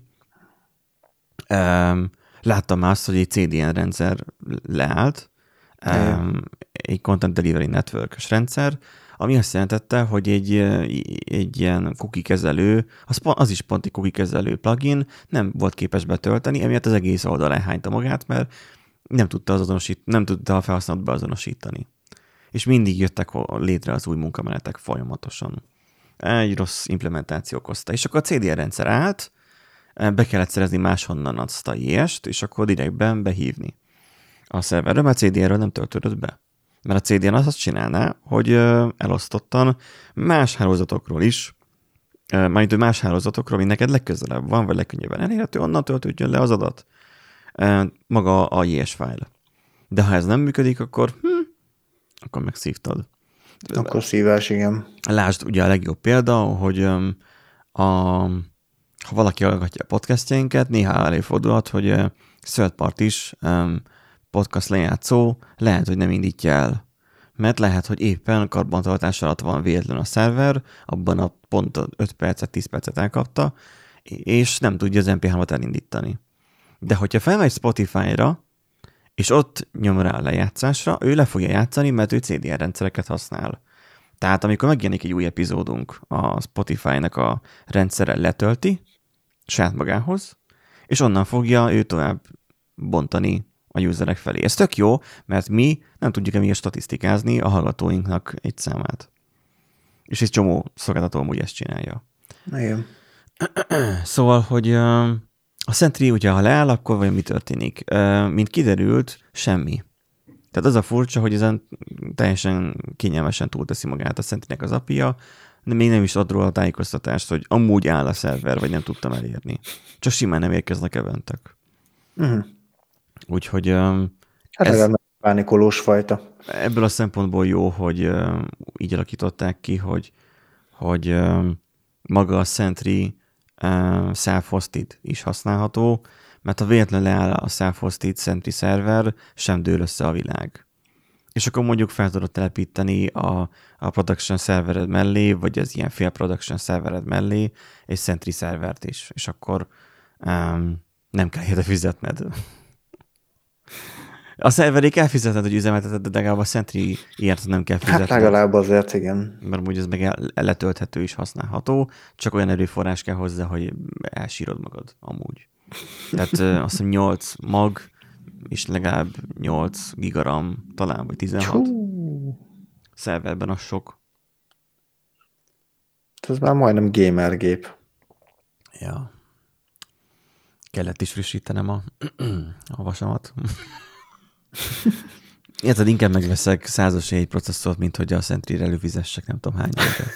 láttam már azt, hogy egy CDN rendszer leállt, egy Content Delivery Network-ös rendszer, ami azt jelentette, hogy egy ilyen cookie kezelő, az is pont egy cookie kezelő plugin nem volt képes betölteni, emiatt az egész oldal elhányta magát, mert nem tudta a felhasználót beazonosítani. És mindig jöttek létre az új munkamenetek folyamatosan. Egy rossz implementáció okozta. És akkor a CDR rendszer állt, be kellett szerezni máshonnan azt a JS-t, és akkor direktben behívni a szerverre, mert a CDR-ről nem töltődött be. Mert a CDN azt csinálná, hogy elosztottan más hálózatokról is, majd más hálózatokról, ami neked legközelebb van, vagy legkönnyebben elérhető, onnan töltődjön le az adat. Maga a JS file. De ha ez nem működik, akkor megszívtad. Akkor szívás, igen. Lásd, ugye a legjobb példa, hogy ha valaki hallgatja a podcastjainket, néha előfordulhat, hogy third is podcast lejátszó lehet, hogy nem indítja el. Mert lehet, hogy éppen karbantartás alatt van véletlen a szerver, abban a pont 5 percet, 10 percet elkapta, és nem tudja az MP3-ot elindítani. De hogyha felmegy Spotify-ra, és ott nyom rá a lejátszásra, ő le fogja játszani, mert ő CDR rendszereket használ. Tehát amikor megjelenik egy új epizódunk, a Spotify-nak a rendszere letölti saját magához, és onnan fogja ő tovább bontani a userek felé. Ez tök jó, mert mi nem tudjuk emiatt statisztikázni a hallgatóinknak egy számát. És egy csomó szolgáltató amúgy ezt csinálja. Igen. Szóval, hogy a Sentry, ugye, ha leáll, akkor vagy mi történik? Mint kiderült, semmi. Tehát az a furcsa, hogy ezen teljesen kényelmesen túlteszi magát a Sentrynek az API-ja, de még nem is ad róla a tájékoztatást, hogy amúgy áll a szerver, vagy nem tudtam elérni. Csak simán nem érkeznek eventek. Úgyhogy ez nem pánikolós fajta. Ebből a szempontból jó, hogy így alakították ki, hogy maga a Sentry self-hosted is használható, mert ha véletlenül leáll a self-hosted Sentry szerver, sem dől össze a világ. És akkor mondjuk fel tudod telepíteni a production szervered mellé, vagy az ilyen fél production szervered mellé egy Sentry szervert is, és akkor nem kell érte fizetned. A szerverig elfizeted, hogy üzemelteted, de legalább a Sentry ilyet nem kell fizetned. Hát legalább azért, igen. Mert úgy ez meg letölthető is használható, csak olyan erőforrás kell hozzá, hogy elsírod magad amúgy. Tehát azt hiszem 8 mag, és legalább 8 gigaram, talán, vagy 16 szerverben az sok. Ez már majdnem gamer gép. Ja. Kellett is frissítenem a vasamat. Érted, inkább megveszek 100-as processzort, mint hogy a Sentry-re előfizessek, nem tudom hány éve.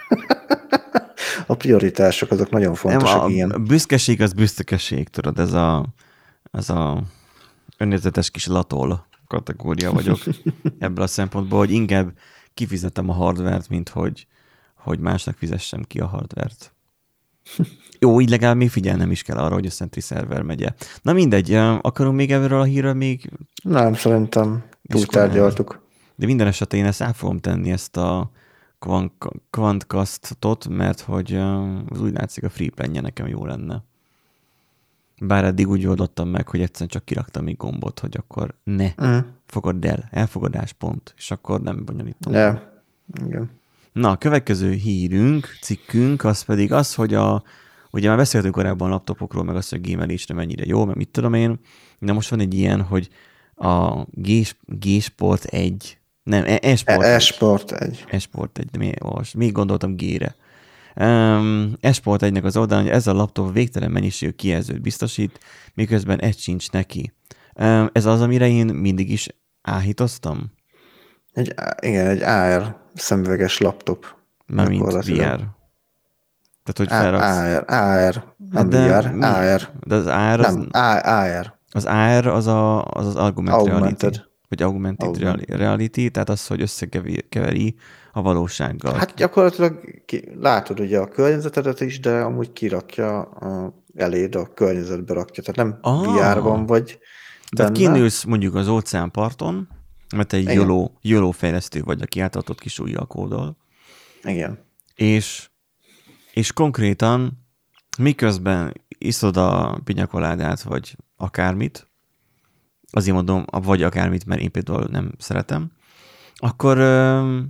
A prioritások azok nagyon fontosak, ilyen. A büszkeség az büszkeség, tudod, ez a önérzetes kis latol kategória vagyok ebből a szempontból, hogy inkább kifizetem a hardvert, mint hogy másnak fizessem ki a hardvert. Jó, így legalább még figyelnem is kell arra, hogy a Sentry szerver megye. Na mindegy, akarunk még erről a hírről még? Nem, szerintem túltárgyaltuk. De minden esetén én ezt el fogom tenni, ezt a Quantcast-ot, mert hogy az úgy látszik a free plan-je nekem jó lenne. Bár eddig úgy oldottam meg, hogy egyszerűen csak kiraktam egy gombot, hogy akkor ne, fogadd el, elfogadás, pont, és akkor nem bonyolítom. Igen. Na, a következő cikkünk, az pedig az, hogy ugye már beszéltünk korábban a laptopokról, meg azt, hogy gamelésre mennyire jó, meg mit tudom én, de most van egy ilyen, hogy a G-Sport 1, nem, E-Sport 1. E-Sport 1, de még gondoltam G-re. E-Sport 1-nek az oldalon, hogy ez a laptop végtelen mennyiségű kijelzőt biztosít, miközben egy sincs neki. Ez az, amire én mindig is áhítoztam? Igen, egy AR szemüveges laptop. Mármint VR. Tehát, hogy felraksz... AR, nem VR, AR. De az AR az... Nem, AR. Az AR az az augmented reality, tehát az, hogy összekeveri a valósággal. Hát gyakorlatilag látod ugye a környezetedet is, de amúgy kirakja eléd a környezetbe rakja. Tehát nem VR-ban vagy tehát kinősz mondjuk az óceánparton, mert egy YOLO fejlesztő vagy, aki átadott kis ujjal kódol. Igen. És konkrétan miközben iszod a pinyakoládát, vagy akármit, azért mondom, vagy akármit, mert én például nem szeretem, akkor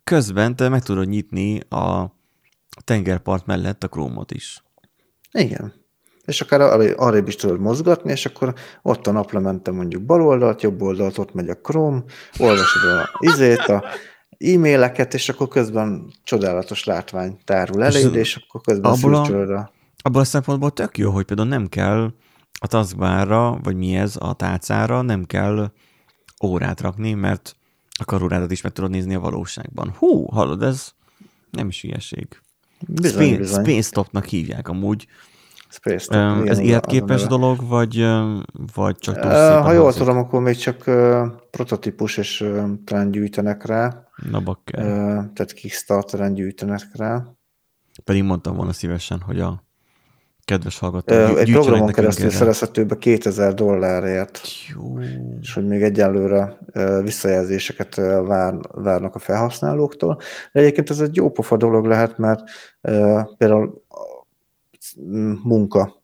közben te meg tudod nyitni a tengerpart mellett a Chrome-ot is. Igen. És akár arrébb is tudod mozgatni, és akkor ott a naplemente mondjuk bal oldalt, jobb oldalt, ott megy a Chrome, olvasod a e-maileket, és akkor közben csodálatos látvány tárul eléd, és akkor közben szürcsölöd abból a szempontból tök jó, hogy például nem kell a taskbarra, vagy mi ez, a tálcára, nem kell órát rakni, mert a karórádat is meg tudod nézni a valóságban. Hú, hallod, ez nem is hülyeség. Bizony. Space Stopnak hívják amúgy. Ez életképes dolog, vagy csak túl szép? Ha jól tudom, akkor még csak prototípus, és talán gyűjtenek rá. Na bakker. Tehát Kickstarteren gyűjtenek rá. Pedig mondtam volna szívesen, hogy a kedves hallgató egy programon keresztül szerezhető be $2000 Jó. És hogy még egyelőre visszajelzéseket várnak a felhasználóktól. De egyébként ez egy jó pofa dolog lehet, mert például munka,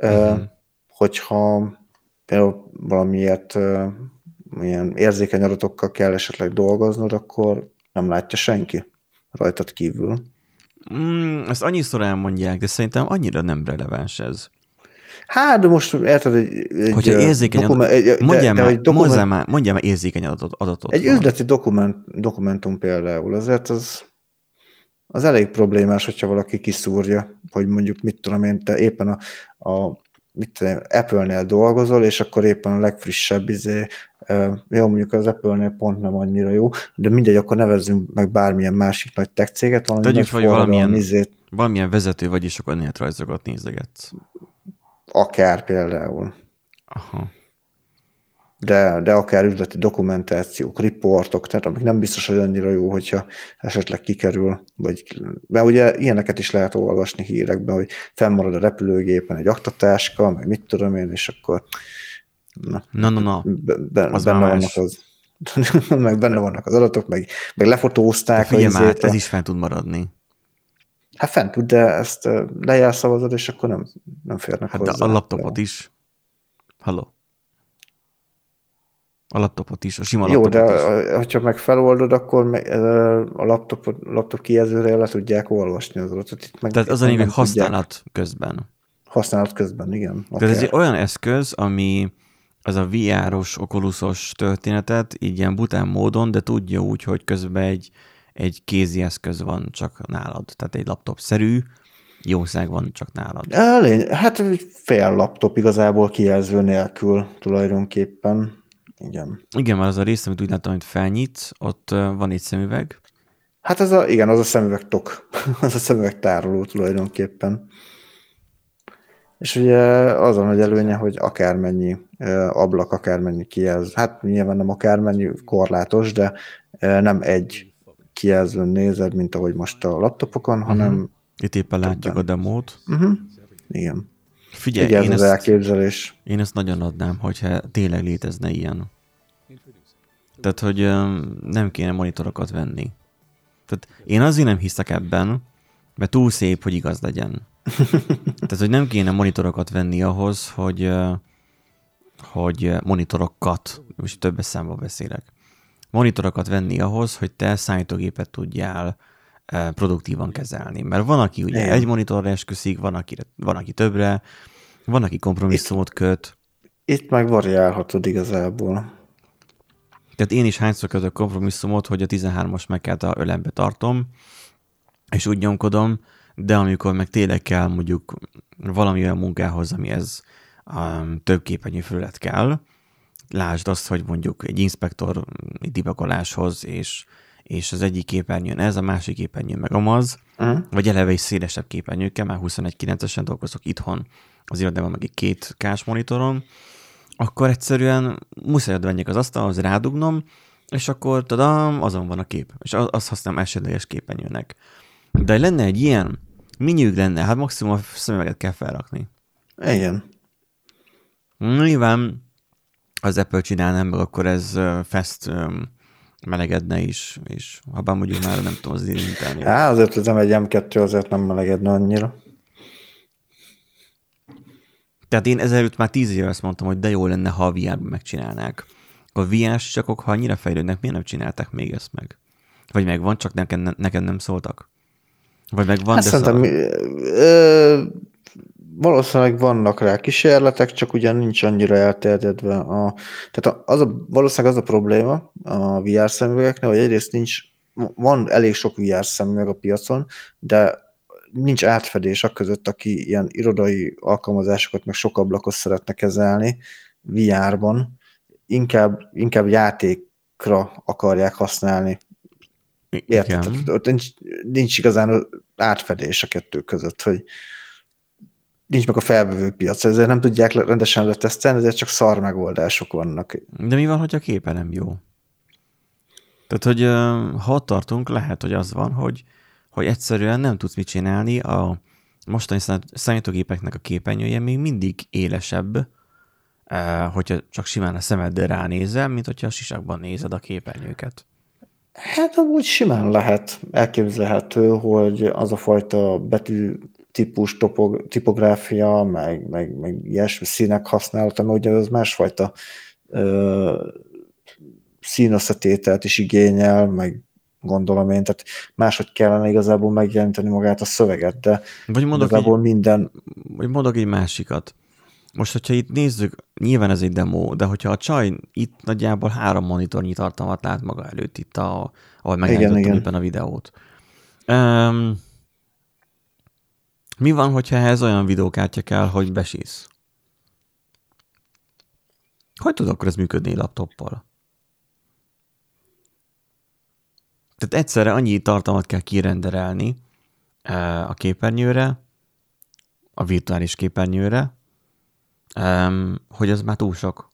hogyha például valamiért ilyen érzékeny adatokkal kell esetleg dolgoznod, akkor nem látja senki rajtad kívül. Ezt annyiszor elmondják, de szerintem annyira nem releváns ez. Hát, de most érted hogyha érzékeny mondjál már érzékeny adatot. Egy üzleti dokumentum például, azért az elég problémás, hogyha valaki kiszúrja, hogy mondjuk mit tudom én, te éppen Apple-nél dolgozol, és akkor éppen a legfrissebb jó, mondjuk az Apple-nél pont nem annyira jó, de mindegy, akkor nevezzünk meg bármilyen másik nagy tech céget, tegyük, vagy valamilyen vezető vagy, és akkor nézetrajzokat nézegetsz. Akár például. Aha. De akár üzleti dokumentációk, riportok, tehát amik nem biztos, hogy annyira jó, hogyha esetleg kikerül, mert ugye ilyeneket is lehet olvasni hírekben, hogy fennmarad a repülőgépen egy aktatáska, meg mit tudom én, és akkor benne vannak az adatok, meg lefotózták. Figyelj már, ez is fent tud maradni. Hát fent tud, de ezt lejelszavazod, és akkor nem férnek hozzá. De a laptopot is. Halló. A laptopot is, a sima laptopot is. Jó, de hogyha meg feloldod, akkor a laptop kijelzőre le tudják olvasni az adatot. Tehát az a lényeg, használat közben. Használat közben, igen. Tehát ez egy olyan eszköz, ami az a VR-os, Oculusos történetet így ilyen bután módon, de tudja úgy, hogy közben egy kézi eszköz van csak nálad. Tehát egy laptop-szerű jószág van csak nálad. Hát fél laptop igazából kijelző nélkül tulajdonképpen. Igen, mert az a rész, amit úgy láttam, hogy felnyitsz, ott van egy szemüveg. Hát az a szemüveg tok. Az a szemüveg tároló tulajdonképpen. És ugye az a nagy előnye, hogy akármennyi ablak, akármennyi kijelző. Hát nyilván nem akármennyi, korlátos, de nem egy kijelzőn nézed, mint ahogy most a laptopokon, hanem... Itt éppen látjuk a demót. Igen. Figyelj, én ezt nagyon adnám, hogyha tényleg létezne ilyen. Tehát, hogy nem kéne monitorokat venni. Tehát én azért nem hiszek ebben, mert túl szép, hogy igaz legyen. Tehát, hogy nem kéne monitorokat venni ahhoz, hogy monitorokat, most többes számban beszélek, monitorokat venni ahhoz, hogy te számítógépet tudjál produktívan kezelni. Mert van, aki ugye egy monitorra esküszik, van, aki többre, van, aki kompromisszumot köt. Itt meg variálhatod igazából. Tehát én is hányszor kötök kompromisszumot, hogy a 13-as Mac-et a ölembe tartom, és úgy nyomkodom, de amikor meg tényleg kell mondjuk valami olyan munkához, amihez több képernyő felület kell, lásd azt, hogy mondjuk egy inspektor debugoláshoz, és az egyik képernyőn ez, a másik képernyőn meg amaz, vagy eleve egy szélesebb képernyőkkel, már 21.9-esen dolgozok itthon az irodában, meg egy 2K-s monitoron, akkor egyszerűen muszáj venjek az asztalhoz, rádugnom, és akkor tadam, azon van a kép. És azt használom elsődleges képernyőnek. De lenne egy ilyen, minyűg lenne, hát maximum a szemüveget kell felrakni. Igen. Nyilván az Apple csinálná, meg akkor ez fest melegedne is, és ha bár mondjuk már nem tudom az irányítani. Azért ez nem egy M2, azért nem melegedne annyira. Tehát én ezelőtt már 10 éve azt mondtam, hogy de jó lenne, ha a VR-ban megcsinálnák. A VR-s csakok, ha annyira fejlődnek, miért nem csinálták még ezt meg? Vagy megvan, csak neked nem szóltak? Vagy megvan, Hát de szerintem valószínűleg vannak rá kísérletek, csak ugyan nincs annyira elterjedve. Tehát valószínűleg az a probléma a VR szemüvegeknél, hogy egyrészt van elég sok VR szemüveg a piacon, de nincs átfedés a között, aki ilyen irodai alkalmazásokat, meg sok ablakot szeretne kezelni VR-ban, inkább játékra akarják használni. Érted? igen. Ott nincs igazán átfedés a kettő között, hogy nincs meg a felvevő piac, ezért nem tudják rendesen letesztelni, ezért csak szar megoldások vannak. De mi van, hogy a képe nem jó? Tehát, hogy ha ott tartunk, lehet, hogy az van, hogy egyszerűen nem tudsz mit csinálni, a mostani számítógépeknek a képernyője még mindig élesebb, hogyha csak simán a szemeddel ránézel, mint hogyha a sisakban nézed a képernyőket. Hát amúgy simán lehet, elképzelhető, hogy az a fajta betű típus, tipográfia, meg ilyesmi színek használata, mert ugye az másfajta színösszetételt is igényel, meg gondolom én, tehát máshogy kellene igazából megjelenteni magát a szöveget, de Vagy igazából minden... Vagy mondok egy másikat. Most, hogyha itt nézzük, nyilván ez egy demo, de hogyha a csaj itt nagyjából 3 monitornyi tartalmat lát maga előtt itt, ahol megállítottam éppen a videót. Mi van, hogyha ehhez olyan videókártya kell, hogy besísz? Hogy tud akkor ez működni laptoppal? Tehát egyszerre annyi tartalmat kell kirenderelni a képernyőre, a virtuális képernyőre, hogy ez már túl sok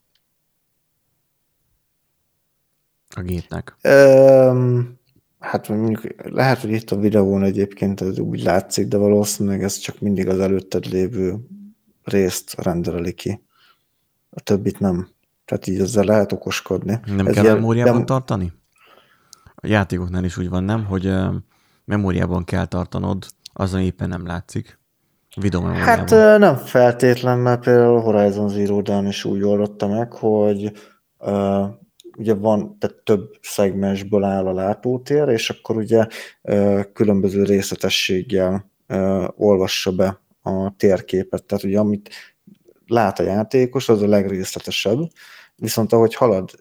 a gépnek. Hát mondjuk lehet, hogy itt a videón egyébként ez úgy látszik, de valószínűleg ez csak mindig az előtted lévő részt rendereli ki. A többit nem. Tehát így ezzel lehet okoskodni. Nem kell memóriában tartani? A játékoknál is úgy van, nem? Hogy memóriában kell tartanod, az, ami éppen nem látszik. Videómemóriában. Hát nem feltétlen, mert például Horizon Zero Dawn is úgy oldotta meg, hogy ugye van, tehát több szegmensből áll a látótér, és akkor ugye különböző részletességgel olvassa be a térképet. Tehát ugye amit lát a játékos, az a legrészletesebb, viszont ahogy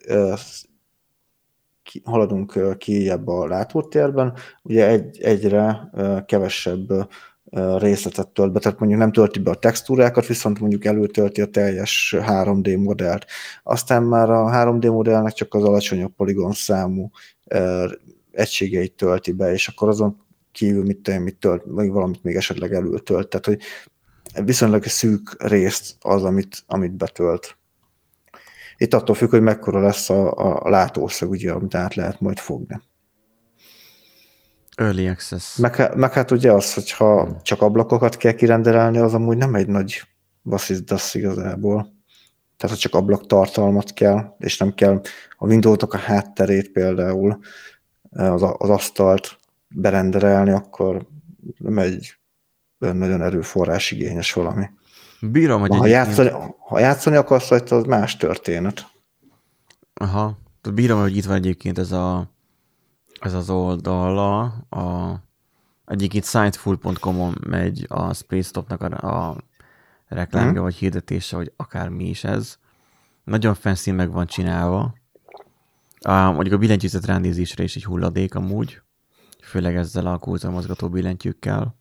haladunk kijebb a látótérben, ugye egyre kevesebb részletet tölt be, tehát mondjuk nem tölti be a textúrákat, viszont mondjuk előtölti a teljes 3D modellt. Aztán már a 3D modellnek csak az alacsonyabb poligon számú egységeit tölti be, és akkor azon kívül mit tölt, vagy valamit még esetleg előtölt. Tehát, hogy viszonylag szűk részt az, amit betölt. Itt attól függ, hogy mekkora lesz a látószög, ugye, amit át lehet majd fogni. Early access. Meg hát ugye az, hogyha csak ablakokat kell kirenderelni, az amúgy nem egy nagy basszizdasz igazából. Tehát, ha csak ablaktartalmat kell, és nem kell a Windows-nak a hátterét például, az asztalt berenderelni, akkor nem egy nagyon erőforrás igényes valami. Bírom, hogy ha játszani akarsz, az más történet. Aha. Bírom, hogy itt van egyébként ez az oldala, egyébként siteful.com-on megy a Spacetopnak a reklámja, vagy hirdetése, hogy akármi is ez. Nagyon fancy meg van csinálva. Mondjuk a billentyűzet ránézésre is egy hulladék amúgy, főleg ezzel a kurzormozgató billentyűkkel.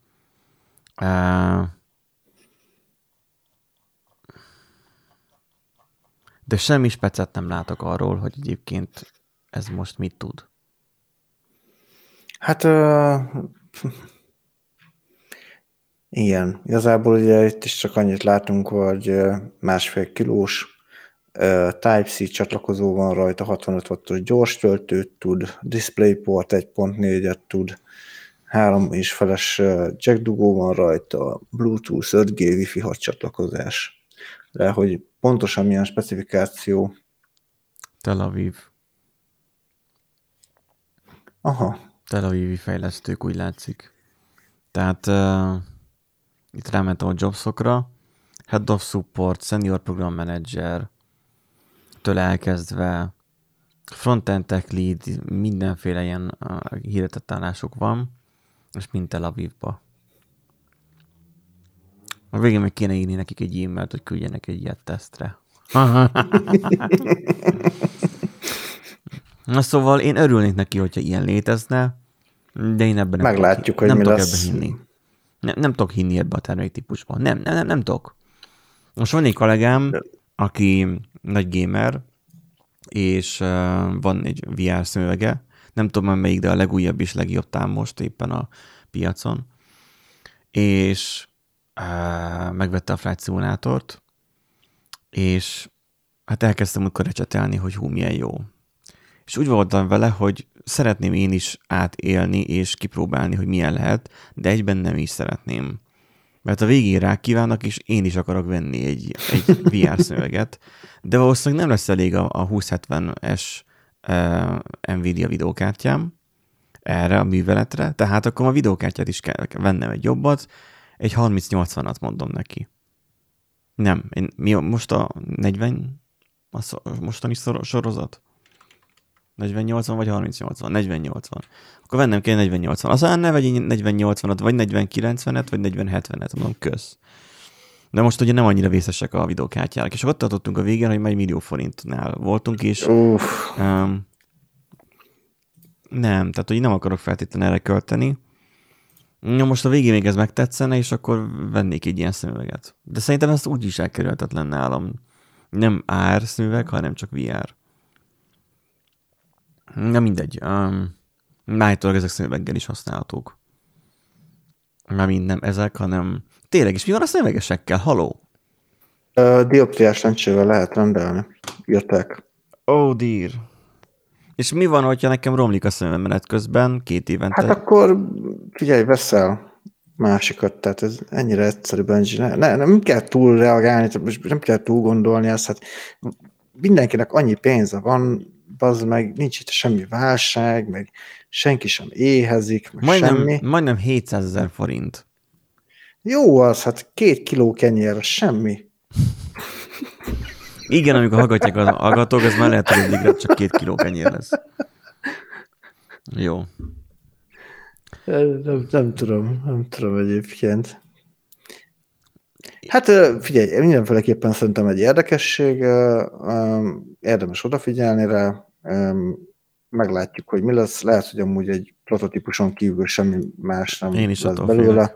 De semmi specet nem látok arról, hogy egyébként ez most mit tud. Hát igen, igazából ugye itt is csak annyit látunk, hogy 1,5 kilós Type-C csatlakozó van rajta, 65 wattos gyors töltőt tud, DisplayPort 1.4-et tud, 3,5-es jack dugó van rajta, Bluetooth, 5G, Wi-Fi 6 csatlakozás. De hogy pontosan milyen specifikáció? Tel Aviv. Aha. Tel Avivi fejlesztők, úgy látszik. Tehát itt rámentem a jobsokra, Head of Support, Senior Program Manager, től elkezdve Frontend Tech Lead, mindenféle ilyen hirdetett állások van, és mind Tel Avivba. A végén meg kéne írni nekik egy e-mailt, hogy küldjenek egy ilyet tesztre. Na szóval én örülnék neki, hogyha ilyen létezne, de én ebben Meglátjuk, hogy nem mi tudok lesz. ebben hinni. Nem tudok hinni ebbe a terméktípusban. Nem tudok. Most van egy kollégám, aki nagy gamer, és van egy VR szemüvege. Nem tudom már melyik, de a legújabb és legjobb tám most éppen a piacon. És megvette a Flight Simulátort, és hát elkezdtem akkor recsetelni, hogy milyen jó. És úgy voltam vele, hogy szeretném én is átélni és kipróbálni, hogy milyen lehet, de egyben nem is szeretném. Mert a végén rá kívánok, és én is akarok venni egy VR szemüveget, de valószínűleg nem lesz elég a 2070-es Nvidia videókártyám erre a műveletre, tehát akkor a videókártyát is kell vennem egy jobbat, egy 3080-at mondom neki. Nem, mi most a 40, a mostani sorozat? 4080 vagy 3080? 4080. Akkor vennem kell 4080. Aztán ne vegyél 4080-at, vagy 4090-et, vagy 4070-et, mondom, kösz. De most ugye nem annyira vészesek a videókártyák. És ott tartottunk a végén, hogy majd 1 millió forintnál voltunk, és nem, tehát hogy nem akarok feltétlenül erre költeni. Na most a végén még ez megtetszene, és akkor vennék egy ilyen szemüveget. De szerintem ezt úgy is elkerülhetetlen nálam. Nem AR szemüveg, hanem csak VR. Na mindegy. Májtólag ezek szemüveggel is használhatók. Már mind nem ezek, hanem... Tényleg, és mi van a szemüvegesekkel? Haló? Dioptriás lencsével lehet rendelni. Írták. Oh dear. És mi van, hogyha nekem romlik a szemem menet közben 2 évente? Hát akkor figyelj, veszel másikat, tehát ez ennyire egyszerű, Benji. Nem kell túl reagálni, nem kell túl gondolni ezt, hát mindenkinek annyi pénze van, az meg nincs itt semmi válság, meg senki sem éhezik, meg semmi. Majdnem 700 000 forint. Jó az, hát 2 kiló kenyér, semmi. Igen, amikor hallgatják az hallgatók, ez már lehet, hogy eddigre csak 2 kiló kenyér lesz. Jó. Nem tudom egyébként. Hát figyelj, mindenféleképpen szerintem egy érdekesség, érdemes odafigyelni rá, meglátjuk, hogy mi lesz. Lehet, hogy amúgy egy prototípuson kívül semmi más nem Én is lesz belőle,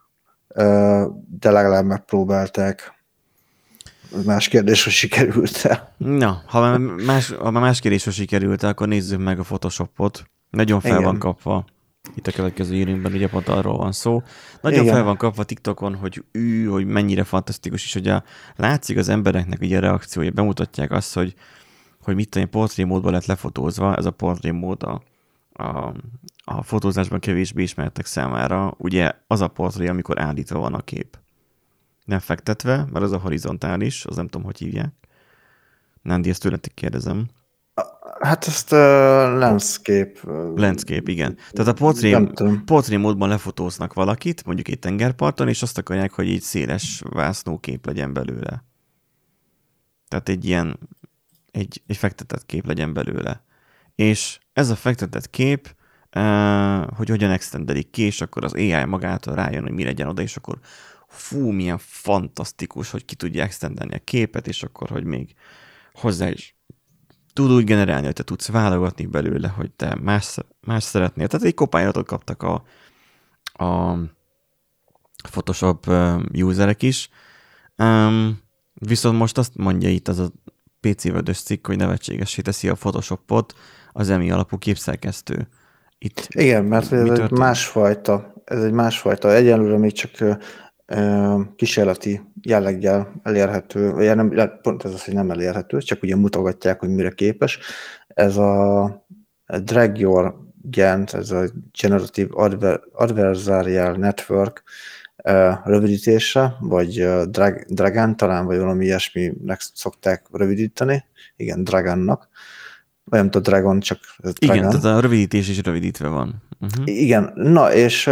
de legalább megpróbálták. Más kérdés, hogy sikerült-e. Na, ha más kérdés, hogy sikerült-e, akkor nézzük meg a Photoshopot. Nagyon fel van kapva. Itt a következő írünkben ugye pont arról van szó. Nagyon fel van kapva TikTokon, hogy mennyire fantasztikus, és ugye látszik az embereknek ugye a reakciója, bemutatják azt, hogy mit tudom, portré módban lett lefotózva, ez a portré mód a fotózásban kevésbé ismertek számára. Ugye az a portré, amikor állítva van a kép. Nem fektetve, mert az a horizontális, az nem tudom, hogy hívják. Nándi, ezt tőletek kérdezem. Hát ezt landscape. Landscape, igen. Tehát a portré módban lefotóznak valakit, mondjuk egy tengerparton, és azt akarják, hogy egy széles vásznókép legyen belőle. Tehát egy fektetett kép legyen belőle. És ez a fektetett kép, hogy hogyan extendelik ki, és akkor az AI magától rájön, hogy mi legyen oda, és akkor milyen fantasztikus, hogy ki tudja extendeni a képet, és akkor, hogy még hozzá is tud úgy generálni, hogy te tudsz válogatni belőle, hogy te más szeretnél. Tehát egy copyrightot kaptak a Photoshop userek is. Viszont most azt mondja itt az a PC World-ös cikk, hogy nevetségessé teszi a Photoshopot az EMI alapú képszerkesztő. Itt igen, mert ez egy másfajta. Egyelőre még csak kísérleti jelleggel elérhető, vagy nem, pont ez az, hogy nem elérhető, csak ugye mutogatják, hogy mire képes. Ez a Drag Your GAN, ez a Generative Adversarial Network rövidítése, vagy Dragan talán, vagy valami ilyesminek szokták rövidíteni. Igen, Dragannak. Vagy nem tudom, Dragon, csak ez Dragan. Igen, tehát a rövidítés is rövidítve van. Igen, na és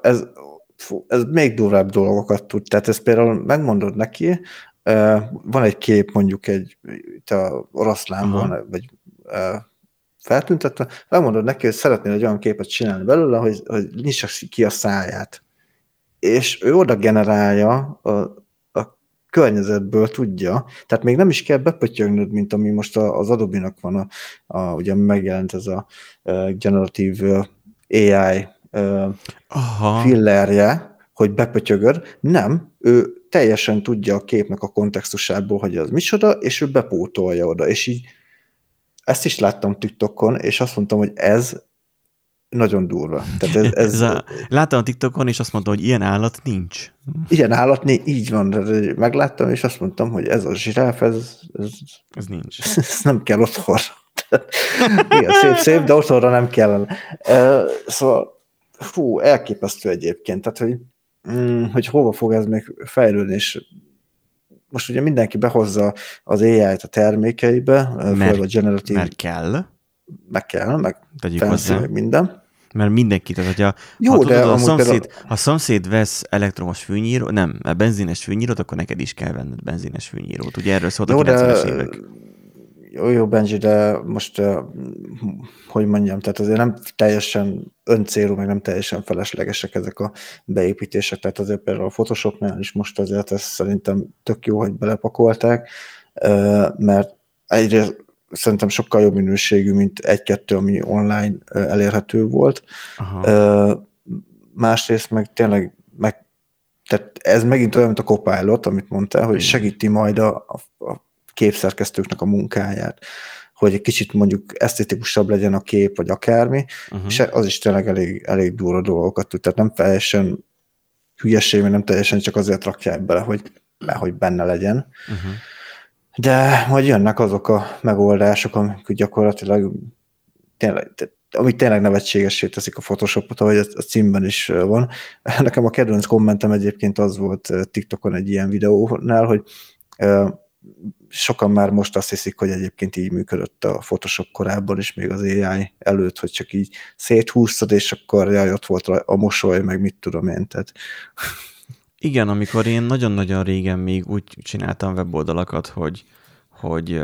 ez még durvább dolgokat tud. Tehát ezt például megmondod neki, van egy kép mondjuk itt a oroszlánban, vagy feltüntetve, megmondod neki, hogy szeretnél egy olyan képet csinálni belőle, hogy nyissa ki a száját. És ő oda generálja a környezetből tudja, tehát még nem is kell bepötyögnöd, mint ami most az Adobe-nak van, ugye megjelent ez a generatív AI fillerje, hogy bepötyögöd. Nem, ő teljesen tudja a képnek a kontextusából, hogy az micsoda, és ő bepótolja oda, és így ezt is láttam TikTokon, és azt mondtam, hogy ez nagyon durva. Tehát láttam a TikTokon, és azt mondta, hogy ilyen állat nincs. Ilyen állat, így van. Megláttam, és azt mondtam, hogy ez a zsiráf, ez nincs. Ez nem kell otthon. Igen, szép, de otthonra nem kellene. Szóval, elképesztő egyébként. Tehát, hogy hova fog ez még fejlődni, és most ugye mindenki behozza az AI-t a termékeibe, főleg a generatív. Mert kell. Meg kell, meg fancy, meg minden. Mert mindenki, tehát hogyha ha szomszéd vesz elektromos fűnyírót, nem, benzines fűnyírót, akkor neked is kell venned benzines fűnyírót. Ugye erről szólt a 90-es évek. Jó, Benji, de most, hogy mondjam, tehát azért nem teljesen öncélú, meg nem teljesen feleslegesek ezek a beépítések, tehát azért például a Photoshopnál is most azért ezt szerintem tök jó, hogy belepakolták, mert egyrészt szerintem sokkal jobb minőségű, mint egy-kettő, ami online elérhető volt. Másrészt meg tényleg, tehát ez megint olyan, mint a Copilot, amit mondtál, hogy segíti majd a képszerkesztőknek a munkáját, hogy egy kicsit mondjuk esztetikusabb legyen a kép, vagy akármi, és az is tényleg elég durva dolgokat tud. Tehát nem teljesen hülyeség, nem teljesen csak azért rakják bele, hogy benne legyen. De majd jönnek azok a megoldások, amik gyakorlatilag amit tényleg nevetségessé teszik a Photoshopot, ahogy a címben is van. Nekem a kedvenc kommentem egyébként az volt TikTokon egy ilyen videónál, hogy sokan már most azt hiszik, hogy egyébként így működött a Photoshop korábban is, még az AI előtt, hogy csak így széthúztad, és akkor ott volt a mosoly, meg mit tudom én. Tehát. Igen, amikor én nagyon-nagyon régen még úgy csináltam weboldalakat, hogy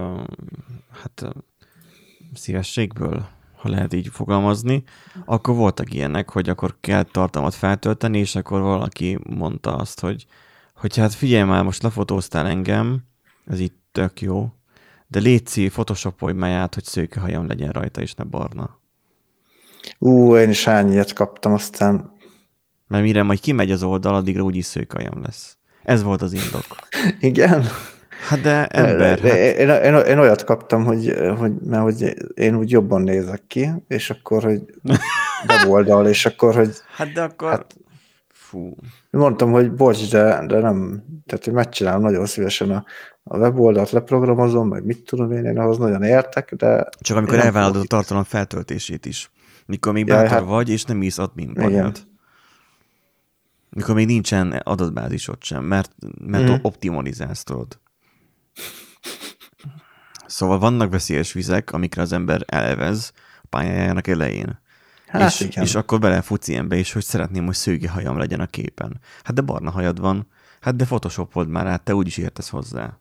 szívességből, ha lehet így fogalmazni, akkor voltak ilyenek, hogy akkor kell tartalmat feltölteni, és akkor valaki mondta azt, hogy hát figyelj már, most lefotóztál engem, ez itt tök jó, de létszi, photoshopolj már át, hogy szőkehajam legyen rajta, és ne barna. Én is hány ilyet kaptam, aztán... Mert mire majd kimegy az oldal, addigra úgyis szőkehajam lesz. Ez volt az indok. Igen? Hát de ember... Én olyat kaptam, hogy én úgy jobban nézek ki, és akkor, hogy weboldal, és akkor, hogy... Hát de akkor... Fú. Mondtam, hogy bocs, de nem, tehát hogy megcsinálom nagyon szívesen a weboldalt, leprogramozom, meg mit tudom én ahhoz nagyon értek, de... Csak amikor elvállalod a tartalom feltöltését is. Mikor még bátor vagy, és nem írsz admin panelt. Mikor még nincsen adatbázisod sem, mert optimalizálsz, tudod. Szóval vannak veszélyes vizek, amikre az ember elvez a pályájának elején. És akkor belefutsz ilyenbe is, hogy szeretném, hogy szőke hajam legyen a képen. Hát de barna hajad van. Hát de photoshopold már át, te úgyis értesz hozzá.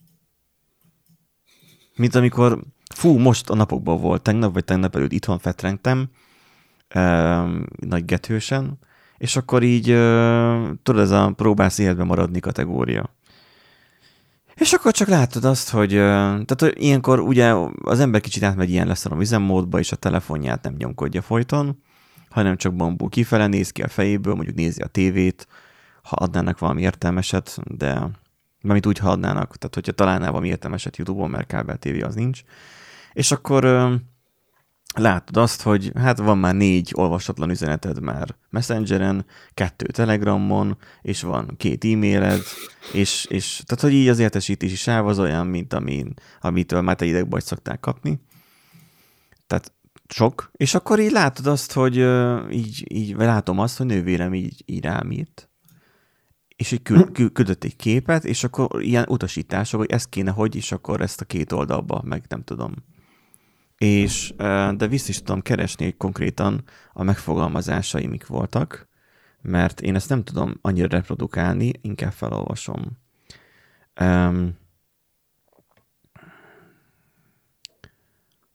Mint amikor, most a napokban volt, tegnap előtt itthon fetrengtem, nagy getősen, és akkor így, tudod, ez a próbálsz életben maradni kategória. És akkor csak látod azt, hogy tehát ilyenkor ugye az ember kicsit átmegy ilyen leszarom üzemmódba, és a telefonját nem nyomkodja folyton, hanem csak bambul kifele, néz ki a fejéből, mondjuk nézi a tévét, ha adnának valami értelmeset, de amit úgy, ha adnának, tehát hogyha találnál valami értelmeset YouTube-on, mert kábel tévé az nincs. És akkor látod azt, hogy hát van már 4 olvasatlan üzeneted már Messengeren, 2 Telegramon, és van 2 e-mailed, és tehát, hogy így az értesítési sáv az olyan, mint amitől már te idegbajt szoktál kapni. Tehát sok. És akkor így látod azt, hogy így látom azt, hogy nővérem így rám írt, és így küldött egy képet, és akkor ilyen utasítások, hogy ezt kéne, hogy, és akkor ezt a 2 oldalba, meg nem tudom. És, de vissza is tudom keresni, hogy konkrétan a megfogalmazásaim mik voltak, mert én ezt nem tudom annyira reprodukálni, inkább felolvasom.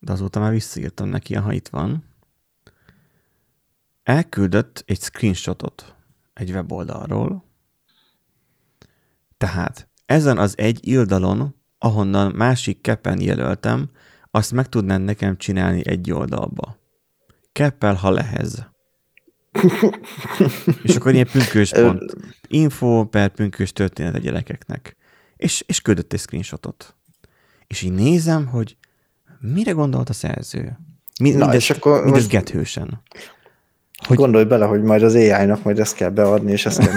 de azóta már visszaírtam neki, ha itt van. Elküldött egy screenshotot egy weboldalról. Tehát ezen az egy oldalon, ahonnan másik keppen jelöltem, azt meg tudnád nekem csinálni egy oldalba. Keppel, ha lehez. És akkor ilyen pünkös pont. Info per pünkös történet a gyerekeknek. És küldött egy screenshotot. És így nézem, hogy mire gondolt a szerző. Mindez gethősen. Hogy gondolj bele, hogy majd az AI-nak majd ezt kell beadni, és ezt kell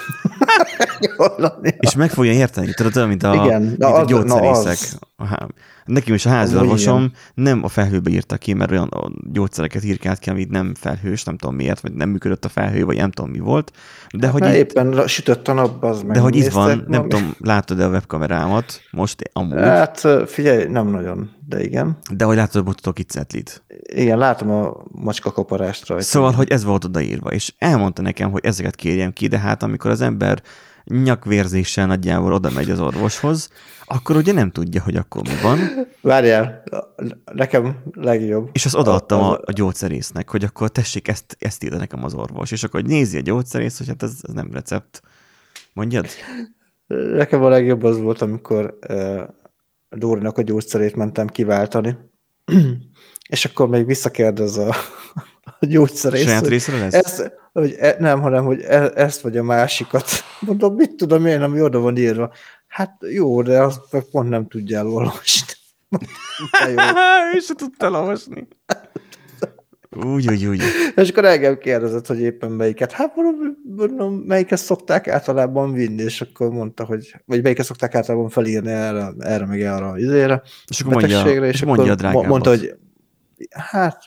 megoldani. És meg fogja érteni, tudod, olyan, mint a gyógyszerészek. Nekem is a házorvosom nem a felhőbe írta ki, mert olyan gyógyszereket írkált ki, amit nem felhős, nem tudom miért, vagy nem működött a felhő, vagy nem tudom mi volt. De hogy éppen sütött a nap, az meg. De hogy itt van, nem tudom, látod-e a webkamerámat most amúgy? Hát figyelj, nem nagyon, de igen. De hogy látod, hogy tudok itt szetlit. Igen, látom a macska kaparást rajta. Szóval, hogy ez volt odaírva, és elmondta nekem, hogy ezeket kérjem ki, de hát amikor az ember nyakvérzéssel nagyjából oda megy az orvoshoz, akkor ugye nem tudja, hogy akkor mi van. Várjál, nekem legjobb. És azt odaadtam a gyógyszerésznek, hogy akkor tessék, ezt írta nekem az orvos. És akkor nézi a gyógyszerész, hogy hát ez nem recept. Mondjad? Nekem a legjobb az volt, amikor Dórinak a gyógyszerét mentem kiváltani, és akkor még visszakérdez a gyógyszerész. Saját részre lesz? Nem, hanem, hogy ezt vagy a másikat. Mondom, mit tudom én, ami oda van írva. Hát jó, de azt pont nem tudjál olvasni. Ő se tudta olvasni. Úgy. És akkor engem kérdezett, hogy éppen melyiket. Hát mondom, melyiket szokták általában vinni, és akkor mondta, hogy, vagy melyiket szokták általában felírni erre meg arra az izére. És akkor mondja a drágábbat. Mondta, hogy hát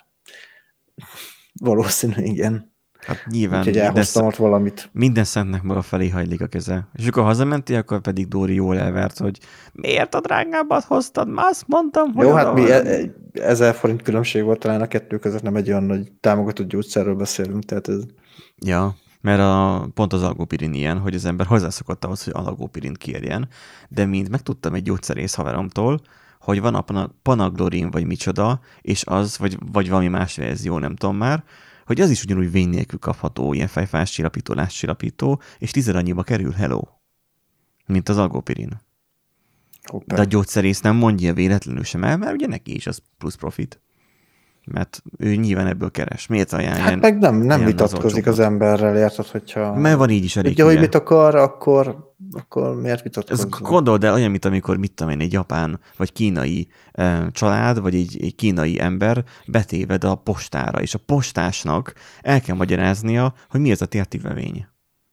valószínű, igen. Hát nyilván. Úgyhogy elhoztam ott valamit. Minden szentnek maga felé hajlik a keze. És akkor hazamenti, akkor pedig Dóri jól elvert, hogy miért a drágábbat hoztad? Már azt mondtam, hogy... Jó, hát mi 1000 forint különbség volt talán a kettő között, nem egy olyan nagy támogatott gyógyszerről beszélünk, tehát ez... Ja, mert pont az algopirin ilyen, hogy az ember hozzászokott ahhoz, hogy algopirint kérjen, de mint megtudtam egy gyógyszerész haveromtól, hogy van a Panaglorin vagy micsoda, és az, vagy valami más verzió, nem tudom már, hogy az is ugyanúgy vény nélkül kapható, ilyen fejfás csillapító, lázcsillapító, és 10 annyiba kerül, hello, mint az algopirin. Hoppá. De a gyógyszerész nem mondja véletlenül sem el, mert ugye neki is az plusz profit. Mert ő nyilván ebből keres. Miért ajánlja? Hát meg nem vitatkozik az emberrel, érted, hogyha... Mert van így is elég. Ugye, hogy mit akar, akkor miért vitatkozik? Ez gondold el olyan, mint amikor, mit tudom én, egy japán vagy kínai család, vagy egy kínai ember betéved a postára, és a postásnak el kell magyaráznia, hogy mi ez a tértivevény.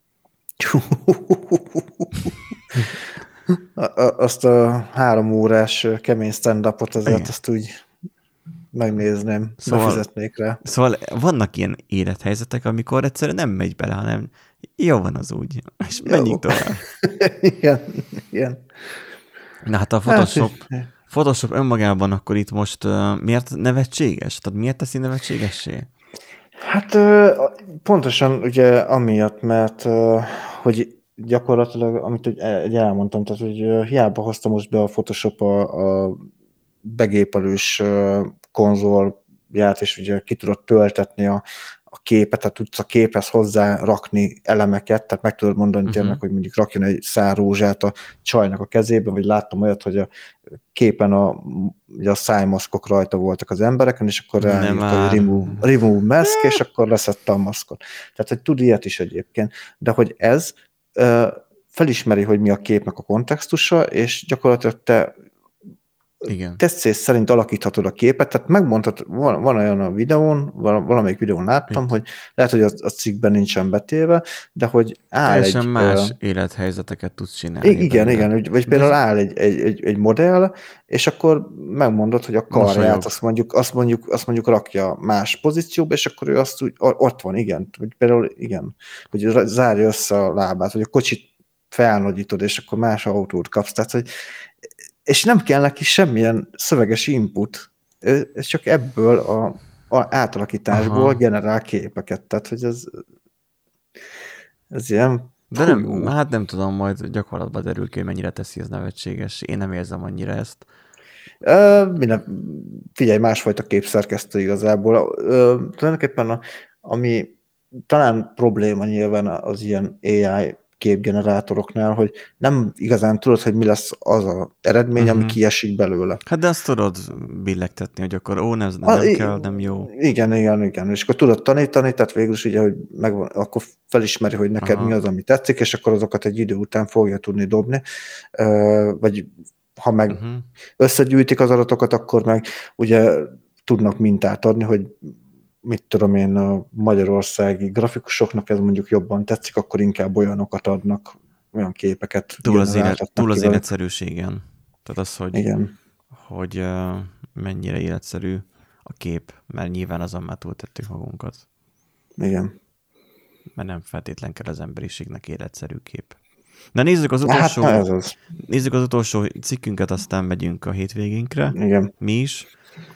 Azt a 3 órás kemény stand-upot azért azt úgy megnézném, befizetnék rá. Szóval vannak ilyen élethelyzetek, amikor egyszerűen nem megy bele, hanem jó van az úgy, és menjünk tovább. Igen. Na hát a Photoshop önmagában akkor itt most miért nevetséges? Tehát miért teszi nevetségessé? Hát pontosan ugye amiatt, mert hogy gyakorlatilag, amit elmondtam, tehát hogy hiába hoztam most be a Photoshop a begépelős konzolját, és ugye ki tudod töltetni a képet, tehát tudsz a képhez hozzá rakni elemeket, tehát meg tudod mondani tényleg, hogy mondjuk rakjon egy szár rózsát a csajnak a kezébe, vagy láttam olyat, hogy a képen ugye a szájmaszkok rajta voltak az embereken, és akkor ráírta, hogy remove mask, és akkor leszette a maszkot. Tehát, hogy tud ilyet is egyébként, de hogy ez felismeri, hogy mi a képnek a kontextusa, és gyakorlatilag te tetszés szerint alakíthatod a képet, tehát megmondhatod, van olyan a videón, valamelyik videón láttam, hogy lehet, hogy a cikkben nincsen betéve, de hogy áll teljesen más élethelyzeteket tudsz csinálni. Igen, vagy például áll egy modell, és akkor megmondod, hogy a karját azt mondjuk rakja más pozícióba, és akkor ő azt úgy, ott van, igen, hogy például igen, hogy zárja össze a lábát, hogy a kocsit felnagyítod, és akkor más autót kapsz, tehát hogy és nem kell neki semmilyen szöveges input, ez csak ebből a átalakításból generál képeket, tehát hogy ez ilyen... De nem, hát nem tudom, majd gyakorlatban derül ki, hogy mennyire teszi ez nevetséges. Én nem érzem annyira ezt. Figyelj, másfajta képszerkesztő igazából. Tulajdonképpen ami talán probléma nyilván az ilyen AI képgenerátoroknál, hogy nem igazán tudod, hogy mi lesz az az eredmény, ami kiesik belőle. Hát de azt tudod billegtetni, hogy akkor ez nem kell, nem jó. Igen. És akkor tudod tanítani, tehát végül is ugye, hogy megvan, akkor felismeri, hogy neked mi az, ami tetszik, és akkor azokat egy idő után fogja tudni dobni. Vagy ha meg összegyűjtik az adatokat, akkor meg ugye tudnak mintát adni, hogy mit tudom én, a magyarországi grafikusoknak ez mondjuk jobban tetszik, akkor inkább olyanokat adnak, olyan képeket. Túl az életszerűségen. Tehát az, hogy mennyire életszerű a kép, mert nyilván azon már túltettük magunkat. Igen. Mert nem feltétlen kell az emberiségnek életszerű kép. Na nézzük az utolsó, nézzük az utolsó cikkünket, aztán megyünk a hétvégénkre. Igen. Mi is.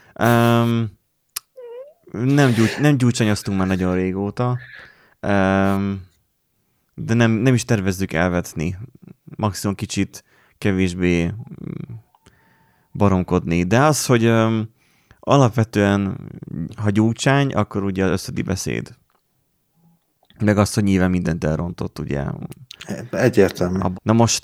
Nem gyújtsanyoztunk már nagyon régóta, de nem is tervezzük elvetni. Maximum kicsit kevésbé baromkodni. De az, hogy alapvetően, ha gyújtsány, akkor ugye az összödi beszéd. Meg azt, hogy nyilván mindent elrontott, ugye. Egyértelmű. Na most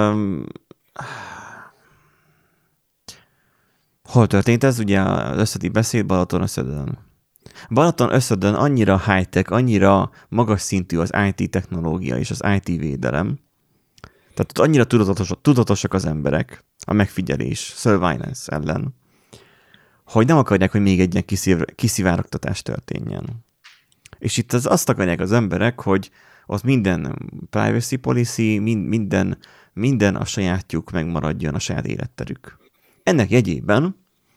hol történt ez? Ugye az összödi beszéd Balatonösszödön. Balatonösszödön annyira high-tech, annyira magas szintű az IT technológia és az IT védelem, tehát ott annyira tudatosak az emberek a megfigyelés, surveillance ellen, hogy nem akarják, hogy még egy ilyen kiszivárogtatás történjen. És itt azt akarják az emberek, hogy ott minden privacy policy, minden a sajátjuk megmaradjon, a saját életterük. Ennek jegyében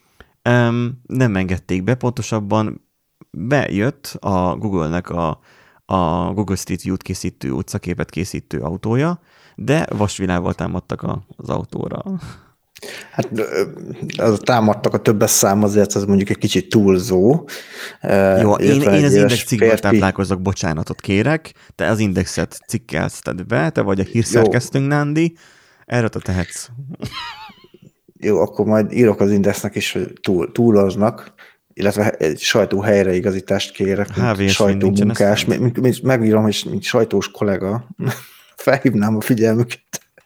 nem engedték be, pontosabban bejött a Google-nek a Google Street View-t készítő, utcaképet készítő autója, de vasvilával támadtak az autóra. Hát támadtak a többes szám, azért ez mondjuk egy kicsit túlzó. Jó, én az Index cikkből táplálkozok, bocsánatot kérek, te az Indexet cikkelzted be, te vagy a hírszerkesztőnk, Nándi, erről te tehetsz. Jó, akkor majd írok az Indexnek is, hogy túloznak, illetve egy sajtó helyreigazítást kérek, mint sajtómunkás. Megírom, hogy mint sajtós kollega felhívnám a figyelmüket.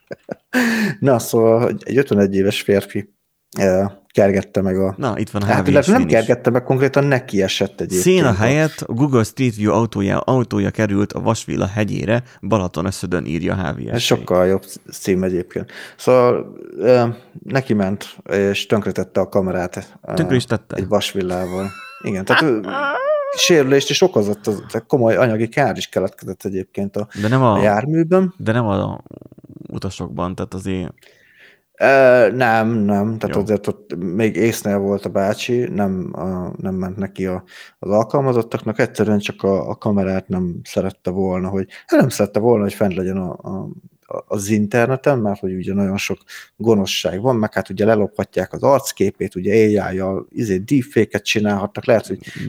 Na, szóval egy 51 éves férfi kergette meg a... Na, itt van a HVS. Nem kergette meg, konkrétan neki esett egyébként. Széna helyett a Google Street View autója került a Vasvilla hegyére, Balatonösszödön, írja a HVS. Ez sokkal jobb cím egyébként. Szóval neki ment, és tönkretette a kamerát. Tönkre is tette. Egy vasvillával. Igen, tehát sérülést is okozott, komoly anyagi kár is keletkezett egyébként a járműben. De nem a utasokban, tehát azért... Nem, tehát jó. Azért ott még észnél volt a bácsi, nem ment neki az alkalmazottaknak, egyszerűen csak a kamerát nem szerette volna, hogy fent legyen az interneten, mert hogy ugye nagyon sok gonoszság van, meg hát ugye lelophatják az arcképét, ugye AI-jal deepfake-et csinálhatnak, lehet,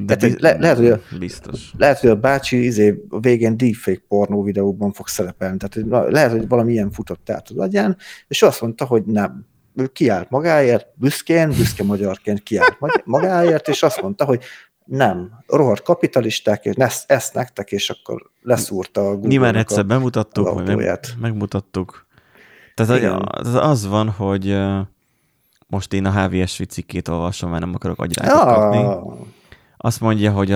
hogy a bácsi a végén deepfake pornó videóban fog szerepelni, tehát lehet, hogy valami ilyen futott át az agyán, és azt mondta, hogy nem. Ő kiállt magáért, büszke magyarként kiállt magáért, és azt mondta, hogy nem, rohadt kapitalisták, és ezt nektek, és akkor leszúrta a Google-nak nyilván egyszer bemutattuk, megmutattuk. Tehát az van, hogy most én a HVS cikkét olvasom, mert nem akarok agyrátot kapni. Azt mondja, hogy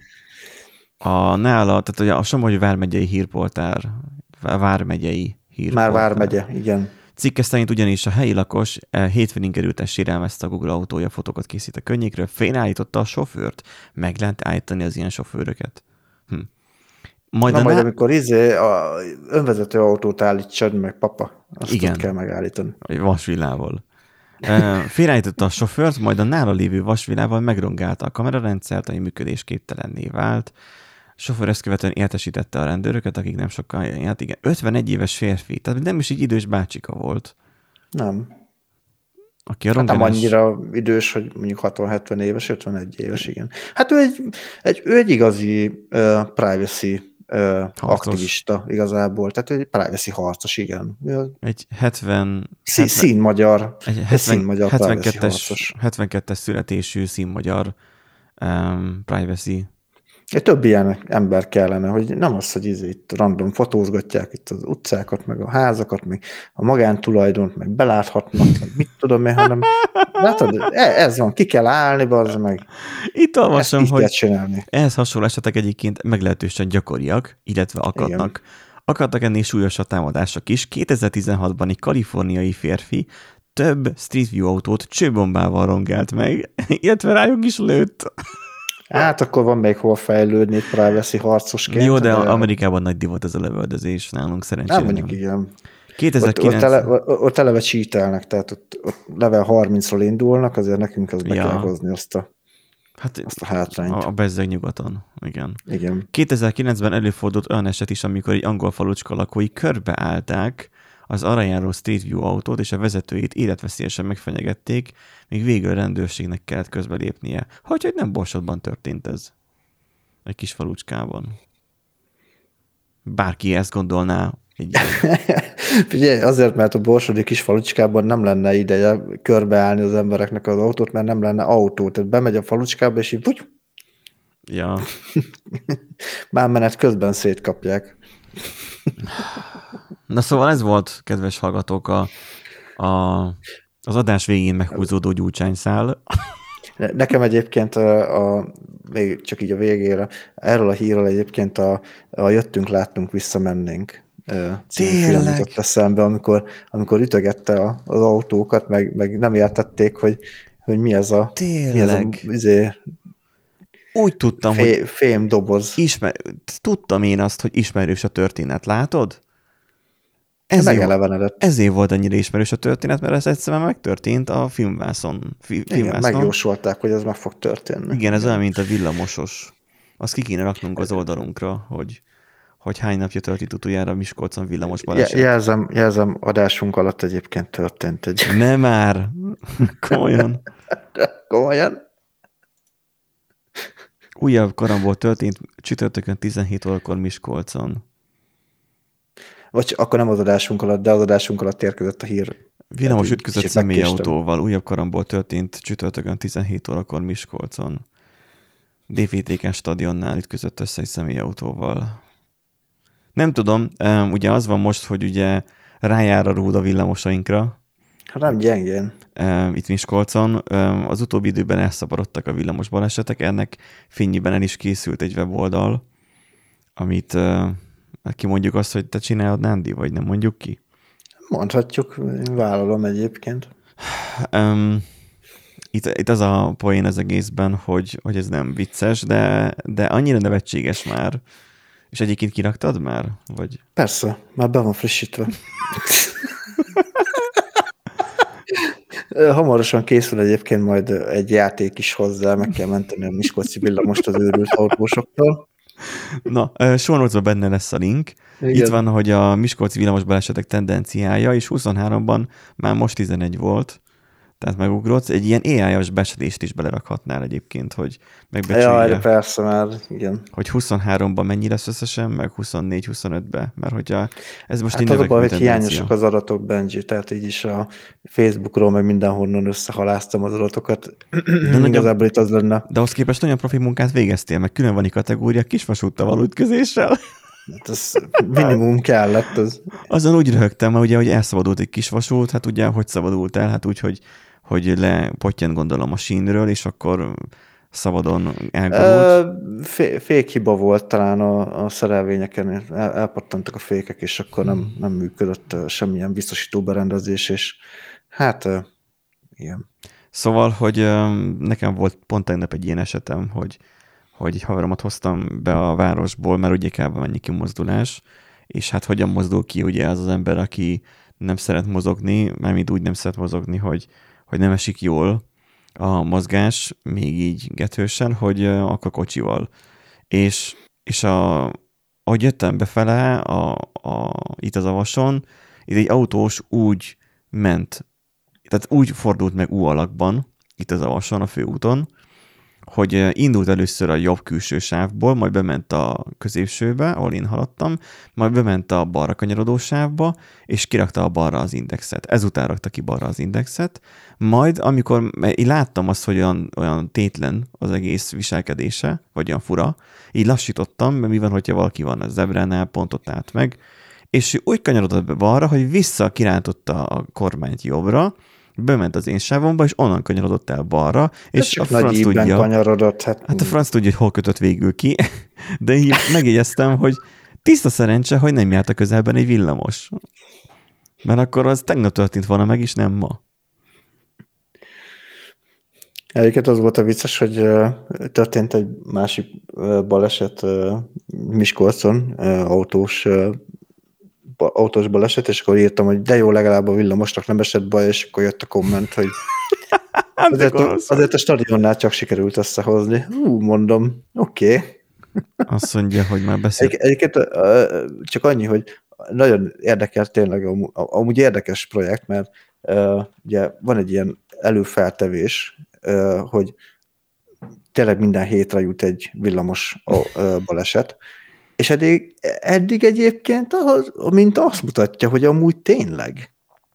tehát ugye a Somogy vármegyei hírportál, Már vármegye, igen. Cikke szerint ugyanis a helyi lakos hétfőn került sérelmezte a Google autója, fotókat készít a környékről, félreállította a sofőrt. Meg lehet állítani az ilyen sofőröket. Majd amikor a önvezető autót állítsad meg, papa, azt kell megállítani. Vasvillával. Félreállította a sofőrt, majd a nála lévő vasvillával megrongálta a kamerarendszert, ami működésképtelenné vált. A sofőr ezt követően értesítette a rendőröket, akik nem sokkal járt. Igen, 51 éves férfi, tehát nem is így idős bácsika volt. Nem. Aki a nem annyira idős, hogy mondjuk 60-70 éves, 51 éves, igen. Hát ő egy igazi privacy aktivista igazából, tehát egy privacy harcos, igen. Egy 70 színmagyar, egy egy színmagyar privacy 72-es, harcos. 72-es születésű színmagyar privacy. Több ilyen ember kellene, hogy nem az, hogy itt random fotózgatják itt az utcákat, meg a házakat, meg a magántulajdont, meg beláthatnak, meg mit tudom én, hanem látod, ez van, ki kell állni, bazd meg. Itt olvasom, ezt hogy csinálni. ehhez hasonló esetek egyébként meglehetősen gyakoriak, illetve akadnak. Igen. Akadtak ennél súlyosabb támadások is. 2016-ban egy kaliforniai férfi több Street View autót csőbombával rongált meg, illetve rájuk is lőtt. Hát akkor van még hol fejlődni egy privacy harcosként. Jó, de Amerikában nagy divat ez a lövöldözés, nálunk szerencsére. Nem mondjuk igen. 2009... Ott eleve cheatelnek, tehát ott level 30-ról indulnak, azért nekünk az be kell hozni azt a hátrányt. A bezzeg nyugaton, igen. Igen. 2009-ben előfordult olyan eset is, amikor egy angol falucska lakói körbeállták az arra járó Street View autót, és a vezetőjét életveszélyesen megfenyegették, míg végül a rendőrségnek kellett közbelépnie. Hogy nem Borsodban történt ez? Egy kis falucskában. Bárki ezt gondolná. Figyelj, azért, mert a borsodi kis falucskában nem lenne ideje körbeállni az embereknek az autót, mert nem lenne autó. Tehát bemegy a falucskába, és így ja. Már menet közben szétkapják. Na szóval ez volt, kedves hallgatók, az adás végén meghúzódó gyúcsányszál. Nekem egyébként még csak így a végére, erről a hírről egyébként a Jöttünk, láttunk, visszamennénk című film jutott eszembe, amikor ütögette az autókat, meg nem értették, hogy mi ez a úgy tudtam, hogy fémdoboz. Tudtam én azt, hogy ismerős a történet, látod? Megelevenedett. Ezért volt annyira ismerős a történet, mert ez egyszerűen megtörtént a filmvászon. Igen, megjósolták, hogy ez meg fog történni. Igen, ez olyan, mint a villamosos. Azt ki kéne raknunk az oldalunkra, hogy hány napja történt utoljára Miskolcon villamos baleset. Jelzem, adásunk alatt egyébként történt egy... Nem már! Komolyan. Komolyan? Újabb karamból történt csütörtökön 17 órakor Miskolcon. Vagy akkor nem az adásunk alatt, de az adásunk alatt érkezett a hír. Villamos ütközött személyautóval. Újabb karamból történt csütörtökön 17 órakor Miskolcon. DVTK stadionnál ütközött össze egy személyautóval. Nem tudom, ugye az van most, hogy ugye rájár a rúd a villamosainkra. Hát nem gyengén. Itt Miskolcon. Az utóbbi időben elszaporodtak a villamos balesetek. Ennek fényében el is készült egy weboldal, amit kimondjuk azt, hogy te csinálod, Nándi, vagy nem mondjuk ki? Mondhatjuk, vállalom egyébként. Itt az a poén az egészben, hogy ez nem vicces, de annyira nevetséges már. És egyébként kiraktad már? Vagy? Persze, már be van frissítve. Hamarosan készül egyébként majd egy játék is hozzá, meg kell menteni a miskolci villamost az őrült autósoktól. Na, sornocban benne lesz a link. Igen. Itt van, hogy a miskolci villamos balesetek tendenciája, és 23-ban már most 11 volt, tehát megugrott. Egy ilyen AI-os becslést is belerakhatnál egyébként, hogy megbecsülje. Ja, persze már, igen. Hogy 23-ban mennyi lesz összesen, meg 24-25-ben, mert hogyha ez most hát így növekvő tendencia. Hogy hiányosak az adatok, Benji, tehát így is a Facebookról, meg mindenhonnan összehaláztam az adatokat. Igazából itt az lenne. De ahhoz képest nagyon profi munkát végeztél, meg külön van egy kategória kisvasúttal való ütközéssel. Hát ez minimum kellett. Azon úgy röhögtem, mert ugye, hogy elszabadult egy kisvasút, hát ugye, hogy szabadult el? Hát úgy, hogy lepottyant gondolom a sínről, és akkor szabadon elgurult. Fékhiba volt talán a szerelvényeken, elpattantak a fékek, és akkor nem működött semmilyen biztosító berendezés, és hát igen. Szóval, hogy nekem volt pont tegnap egy ilyen esetem, hogy haveromat hoztam be a városból, mert ugye kell mennyi kimozdulás, és hát hogyan mozdul ki ugye az ember, aki nem szeret mozogni, mármint úgy nem szeret mozogni, hogy nem esik jól a mozgás, még így getősen, hogy akkor kocsival. És ahogy jöttem befele itt az avason, itt egy autós úgy ment, tehát úgy fordult meg U alakban, itt az avason, a főúton, hogy indult először a jobb külső sávból, majd bement a középsőbe, ahol én haladtam, majd bement a balra kanyarodó sávba, és kirakta a balra az indexet. Ezután rakta ki balra az indexet, majd amikor én láttam azt, hogy olyan tétlen az egész viselkedése, vagy olyan fura, így lassítottam, mert mi van, hogyha valaki van a zebránál, pont ott állt meg, és ő úgy kanyarodott be balra, hogy vissza kirántotta a kormányt jobbra, bement az én sávomba, és onnan kanyarodott el balra, és a franc tudja, kanyarodott. Hát a franc tudja, hogy hol kötött végül ki, de így megjegyeztem, hogy tiszta szerencse, hogy nem járt a közelben egy villamos. Mert akkor az tegnap történt volna meg, és nem ma. Egyébként az volt a vicces, hogy történt egy másik baleset Miskolcon, autós baleset, és akkor írtam, hogy de jó, legalább a villamosnak nem esett baj, és akkor jött a komment, hogy azért a stadionnál csak sikerült összehozni. Mondom, oké. Azt mondja, hogy már beszélt. Egyébként csak annyi, hogy nagyon érdekel tényleg, amúgy érdekes projekt, mert ugye van egy ilyen előfeltevés, hogy tényleg minden hétre jut egy villamos baleset, és eddig egyébként mint azt mutatja, hogy amúgy tényleg.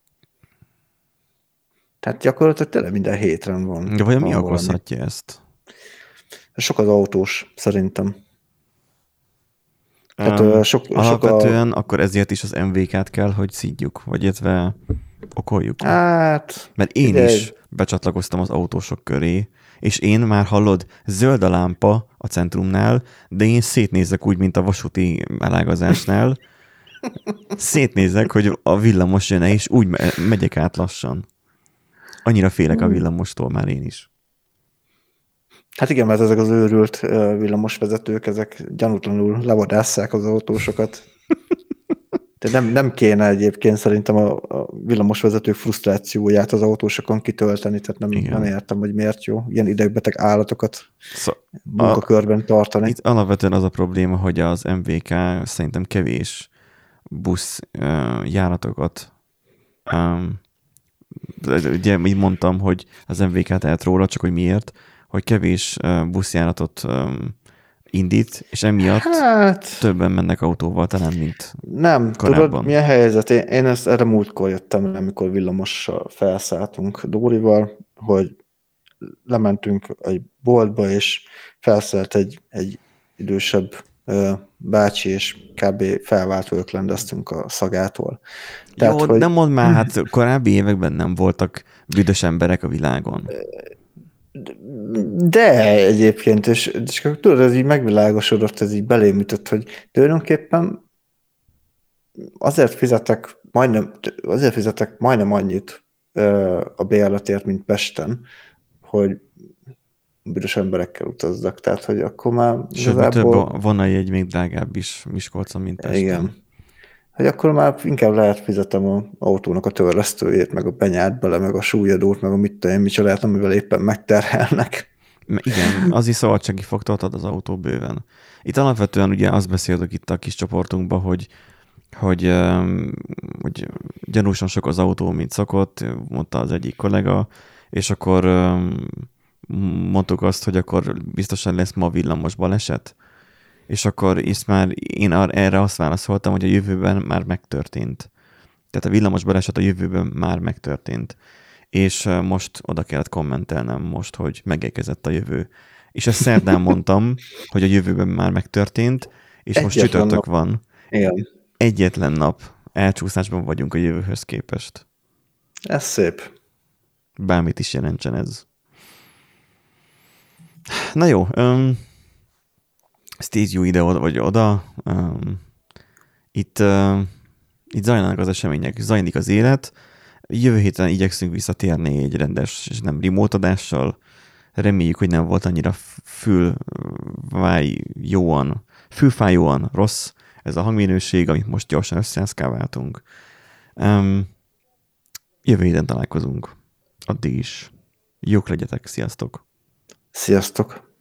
Tehát gyakorlatilag tényleg minden hétre van. De vajon mi okozhatja ezt? Sok az autós, szerintem. Tehát, alapvetően akkor ezért is az MVK-t kell, hogy szídjuk, vagy illetve okoljuk. Hát... Mert én is becsatlakoztam az autósok köré, és én már hallod, zöld a lámpa a centrumnál, de én szétnézek úgy, mint a vasúti elágazásnál. Szétnézek, hogy a villamos jön-e, és úgy megyek át lassan. Annyira félek a villamostól már én is. Hát igen, mert ezek az őrült villamosvezetők, ezek gyanútlanul levadásszák az autósokat. De nem kéne egyébként szerintem a villamosvezetők frusztrációját az autósokon kitölteni, tehát nem értem, hogy miért jó ilyen idegbeteg állatokat munkakörben tartani. Itt alapvetően az a probléma, hogy az MVK szerintem kevés busz járatokat ugye így mondtam, hogy az MVK tehet róla, csak hogy miért, hogy kevés buszjáratot indít, és emiatt többen mennek autóval talán, mint nem, korábban. Tudod, milyen helyzet? Én erre múltkor jöttem, amikor villamossal felszálltunk Dórival, hogy lementünk egy boltba, és felszállt egy idősebb bácsi, és kb. Felvált öklendeztünk a szagától. Tehát, jó, hogy... nem mondd már, hát korábbi években nem voltak büdös emberek a világon. De egyébként, és tudod, ez így megvilágosodott, ez így belém ütött, hogy tulajdonképpen azért fizetek majdnem annyit a bérletért, mint Pesten, hogy büdös emberekkel utazzak, tehát, hogy akkor már igazából... van a jegy még drágább is Miskolcon, mint Pesten. Igen. Hogy akkor már inkább lehet fizetem az autónak a törlesztőjét, meg a benyárt bele, meg a súlyadót, meg a mit tudom én, micsodát, amivel éppen megterhelnek. Igen, az is szabadsági faktort ad az autó bőven. Itt alapvetően ugye azt beszéltük itt a kis csoportunkban, hogy gyanúsan sok az autó, mint szokott, mondta az egyik kollega, és akkor mondtuk azt, hogy akkor biztosan lesz ma villamos baleset, és akkor én erre azt válaszoltam, hogy a jövőben már megtörtént. Tehát a villamos baleset a jövőben már megtörtént. És most oda kellett kommentelnem most, hogy megérkezett a jövő. És ezt szerdán mondtam, hogy a jövőben már megtörtént, és most csütörtök van. Igen. Egyetlen nap. Elcsúszásban vagyunk a jövőhöz képest. Ez szép. Bármit is jelentsen ez. Na jó, stage ide vagy oda. Itt zajlanak az események, zajlik az élet. Jövő héten igyekszünk visszatérni egy rendes és nem remote adással. Reméljük, hogy nem volt annyira fülfájóan rossz ez a hangminőség, amit most gyorsan összeeszkáváltunk. Jövő héten találkozunk. Addig is. Jók legyetek, sziasztok! Sziasztok!